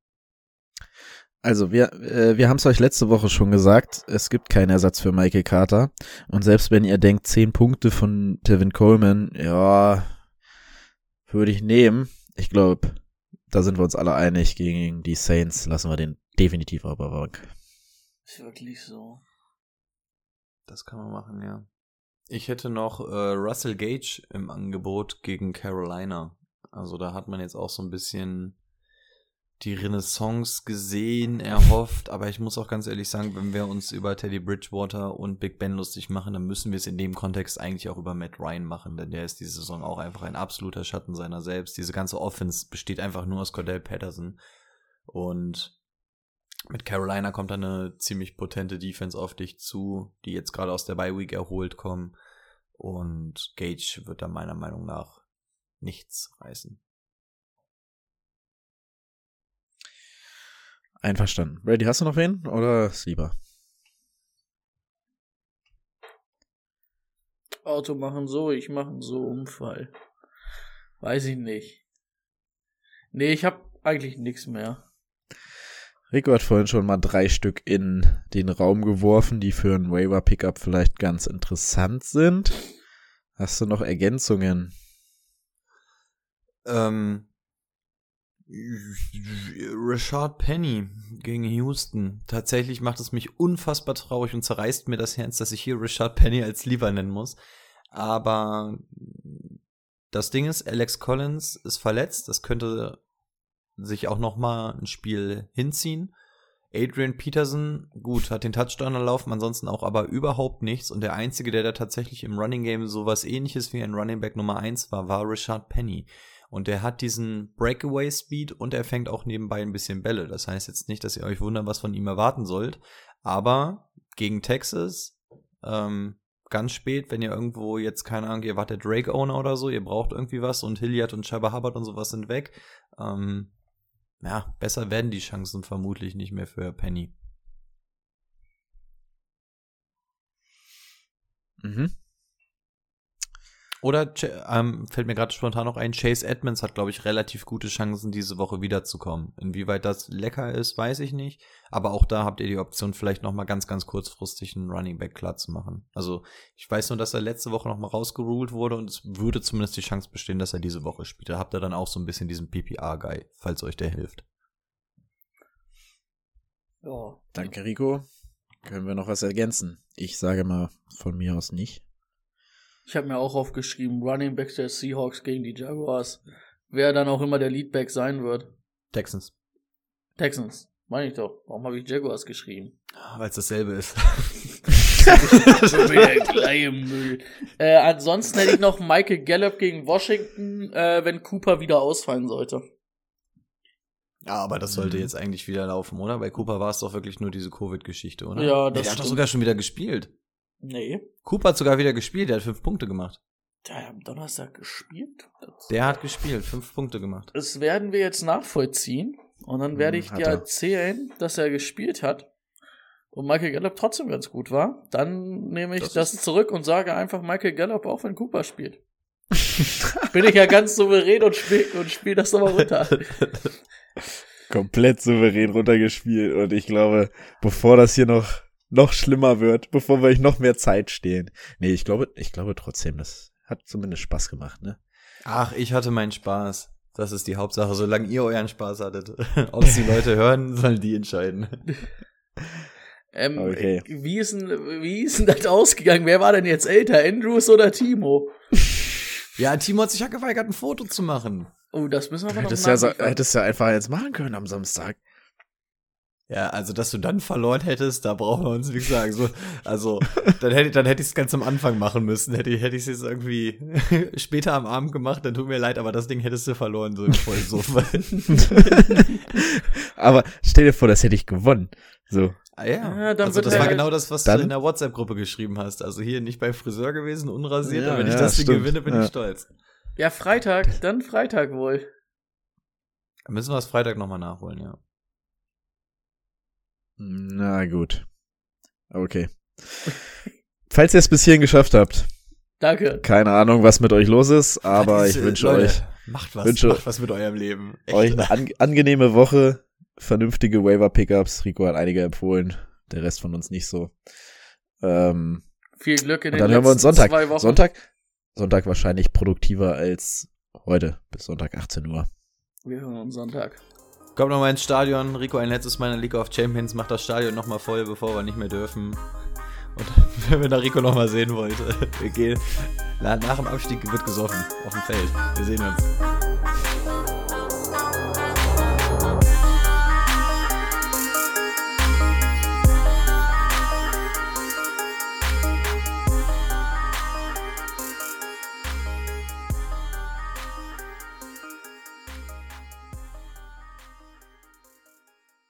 S5: Also wir haben es euch letzte Woche schon gesagt, es gibt keinen Ersatz für Michael Carter und selbst wenn ihr denkt, 10 Punkte von Tevin Coleman, ja, würde ich nehmen. Ich glaube, da sind wir uns alle einig, gegen die Saints lassen wir den definitiv auf der Bank.
S7: Ist wirklich so.
S6: Das kann man machen, ja. Ich hätte noch Russell Gage im Angebot gegen Carolina. Also da hat man jetzt auch so ein bisschen die Renaissance gesehen, erhofft. Aber ich muss auch ganz ehrlich sagen, wenn wir uns über Teddy Bridgewater und Big Ben lustig machen, dann müssen wir es in dem Kontext eigentlich auch über Matt Ryan machen. Denn der ist diese Saison auch einfach ein absoluter Schatten seiner selbst. Diese ganze Offense besteht einfach nur aus Cordell Patterson. Und mit Carolina kommt dann eine ziemlich potente Defense auf dich zu, die jetzt gerade aus der Bye-Week erholt kommen. Und Gage wird da meiner Meinung nach nichts reißen.
S5: Einverstanden. Brady, hast du noch wen? Oder Sleeper?
S7: Auto machen so, ich machen so, Unfall. Weiß ich nicht. Nee, ich hab eigentlich nichts mehr.
S5: Rico hat vorhin schon mal 3 Stück in den Raum geworfen, die für einen Waiver-Pickup vielleicht ganz interessant sind. Hast du noch Ergänzungen?
S6: Rashad Penny gegen Houston. Tatsächlich macht es mich unfassbar traurig und zerreißt mir das Herz, dass ich hier Rashad Penny als Lieber nennen muss. Aber das Ding ist, Alex Collins ist verletzt. Das könnte sich auch noch mal ein Spiel hinziehen. Adrian Peterson, gut, hat den Touchdown erlaufen, ansonsten auch aber überhaupt nichts. Und der Einzige, der da tatsächlich im Running Game sowas ähnliches wie ein Running Back Nummer 1 war Rashad Penny. Und der hat diesen Breakaway-Speed und er fängt auch nebenbei ein bisschen Bälle. Das heißt jetzt nicht, dass ihr euch wundert, was von ihm erwarten sollt. Aber gegen Texas, ganz spät, wenn ihr irgendwo jetzt, keine Ahnung, ihr wart der Drake-Owner oder so, ihr braucht irgendwie was und Hilliard und Chuba Hubbard und sowas sind weg. Besser werden die Chancen vermutlich nicht mehr für Penny.
S5: Mhm.
S6: Oder, fällt mir gerade spontan noch ein, Chase Edmonds hat, glaube ich, relativ gute Chancen, diese Woche wiederzukommen. Inwieweit das lecker ist, weiß ich nicht. Aber auch da habt ihr die Option, vielleicht noch mal ganz, ganz kurzfristig einen Running Back klar zu machen. Also, ich weiß nur, dass er letzte Woche noch mal rausgeruled wurde und es würde zumindest die Chance bestehen, dass er diese Woche spielt. Da habt ihr dann auch so ein bisschen diesen PPR-Guy, falls euch der hilft.
S5: Ja. Danke, Rico. Können wir noch was ergänzen? Ich sage mal von mir aus nicht.
S7: Ich habe mir auch aufgeschrieben, Running Back der Seahawks gegen die Jaguars. Wer dann auch immer der Leadback sein wird.
S6: Texans.
S7: Meine ich doch. Warum habe ich Jaguars geschrieben?
S6: Weil es dasselbe ist.
S7: So wieder gleich im Müll. Ansonsten hätte ich noch Michael Gallup gegen Washington, wenn Cooper wieder ausfallen sollte.
S6: Ja, aber das sollte jetzt eigentlich wieder laufen, oder? Bei Cooper war es doch wirklich nur diese Covid-Geschichte, oder?
S7: Ja, das
S6: der hat doch sogar schon wieder gespielt.
S7: Nee.
S6: Cooper hat sogar wieder gespielt, der hat 5 Punkte gemacht.
S7: Der hat am Donnerstag gespielt?
S6: Der hat gespielt, 5 Punkte gemacht.
S7: Das werden wir jetzt nachvollziehen. Und dann werde ich dir erzählen, dass er gespielt hat. Und Michael Gallup trotzdem ganz gut war. Dann nehme ich das zurück und sage einfach Michael Gallup, auch wenn Cooper spielt. Bin ich ja ganz souverän und spiel das nochmal runter.
S5: Komplett souverän runtergespielt. Und ich glaube, bevor das hier noch schlimmer wird, bevor wir euch noch mehr Zeit stehlen. Nee, ich glaube trotzdem, das hat zumindest Spaß gemacht, ne?
S6: Ach, ich hatte meinen Spaß. Das ist die Hauptsache, solange ihr euren Spaß hattet. Ob es die Leute hören, sollen die entscheiden.
S5: Okay.
S7: Wie ist denn das ausgegangen? Wer war denn jetzt älter, Andrews oder Timo?
S6: Ja, Timo hat sich ja geweigert, ein Foto zu machen.
S7: Oh, das müssen wir aber noch
S5: Hättest ja einfach jetzt machen können am Samstag.
S6: Ja, also, dass du dann verloren hättest, da brauchen wir uns nichts sagen. So, also, dann hätte ich es ganz am Anfang machen müssen. Hätte ich es jetzt irgendwie später am Abend gemacht, dann tut mir leid, aber das Ding hättest du verloren, so im Vollsofa.
S5: Aber stell dir vor, das hätte ich gewonnen. So.
S6: Ah ja,
S7: dann
S6: also das war genau das, was du in der WhatsApp-Gruppe geschrieben hast. Also hier nicht bei Friseur gewesen, unrasiert, aber wenn ich das Ding gewinne, bin ich stolz.
S7: Ja, Freitag wohl.
S6: Dann müssen wir es Freitag nochmal nachholen, ja.
S5: Na gut. Okay. Falls ihr es bis hierhin geschafft habt.
S7: Danke.
S5: Keine Ahnung, was mit euch los ist, aber ich wünsche euch.
S6: Macht was mit eurem Leben. Echt.
S5: Euch eine angenehme Woche. Vernünftige Waiver-Pickups. Rico hat einige empfohlen. Der Rest von uns nicht so.
S7: Viel Glück in den
S5: dann hören wir uns
S7: letzten 2 Wochen.
S5: Sonntag wahrscheinlich produktiver als heute. Bis Sonntag 18 Uhr.
S7: Wir hören uns Sonntag.
S6: Kommt nochmal ins Stadion. Rico, ein letztes Mal in der League of Champions. Macht das Stadion nochmal voll, bevor wir nicht mehr dürfen. Und wenn ihr da Rico nochmal sehen wollt, wir gehen. Nach dem Abstieg wird gesoffen. Auf dem Feld. Wir sehen uns.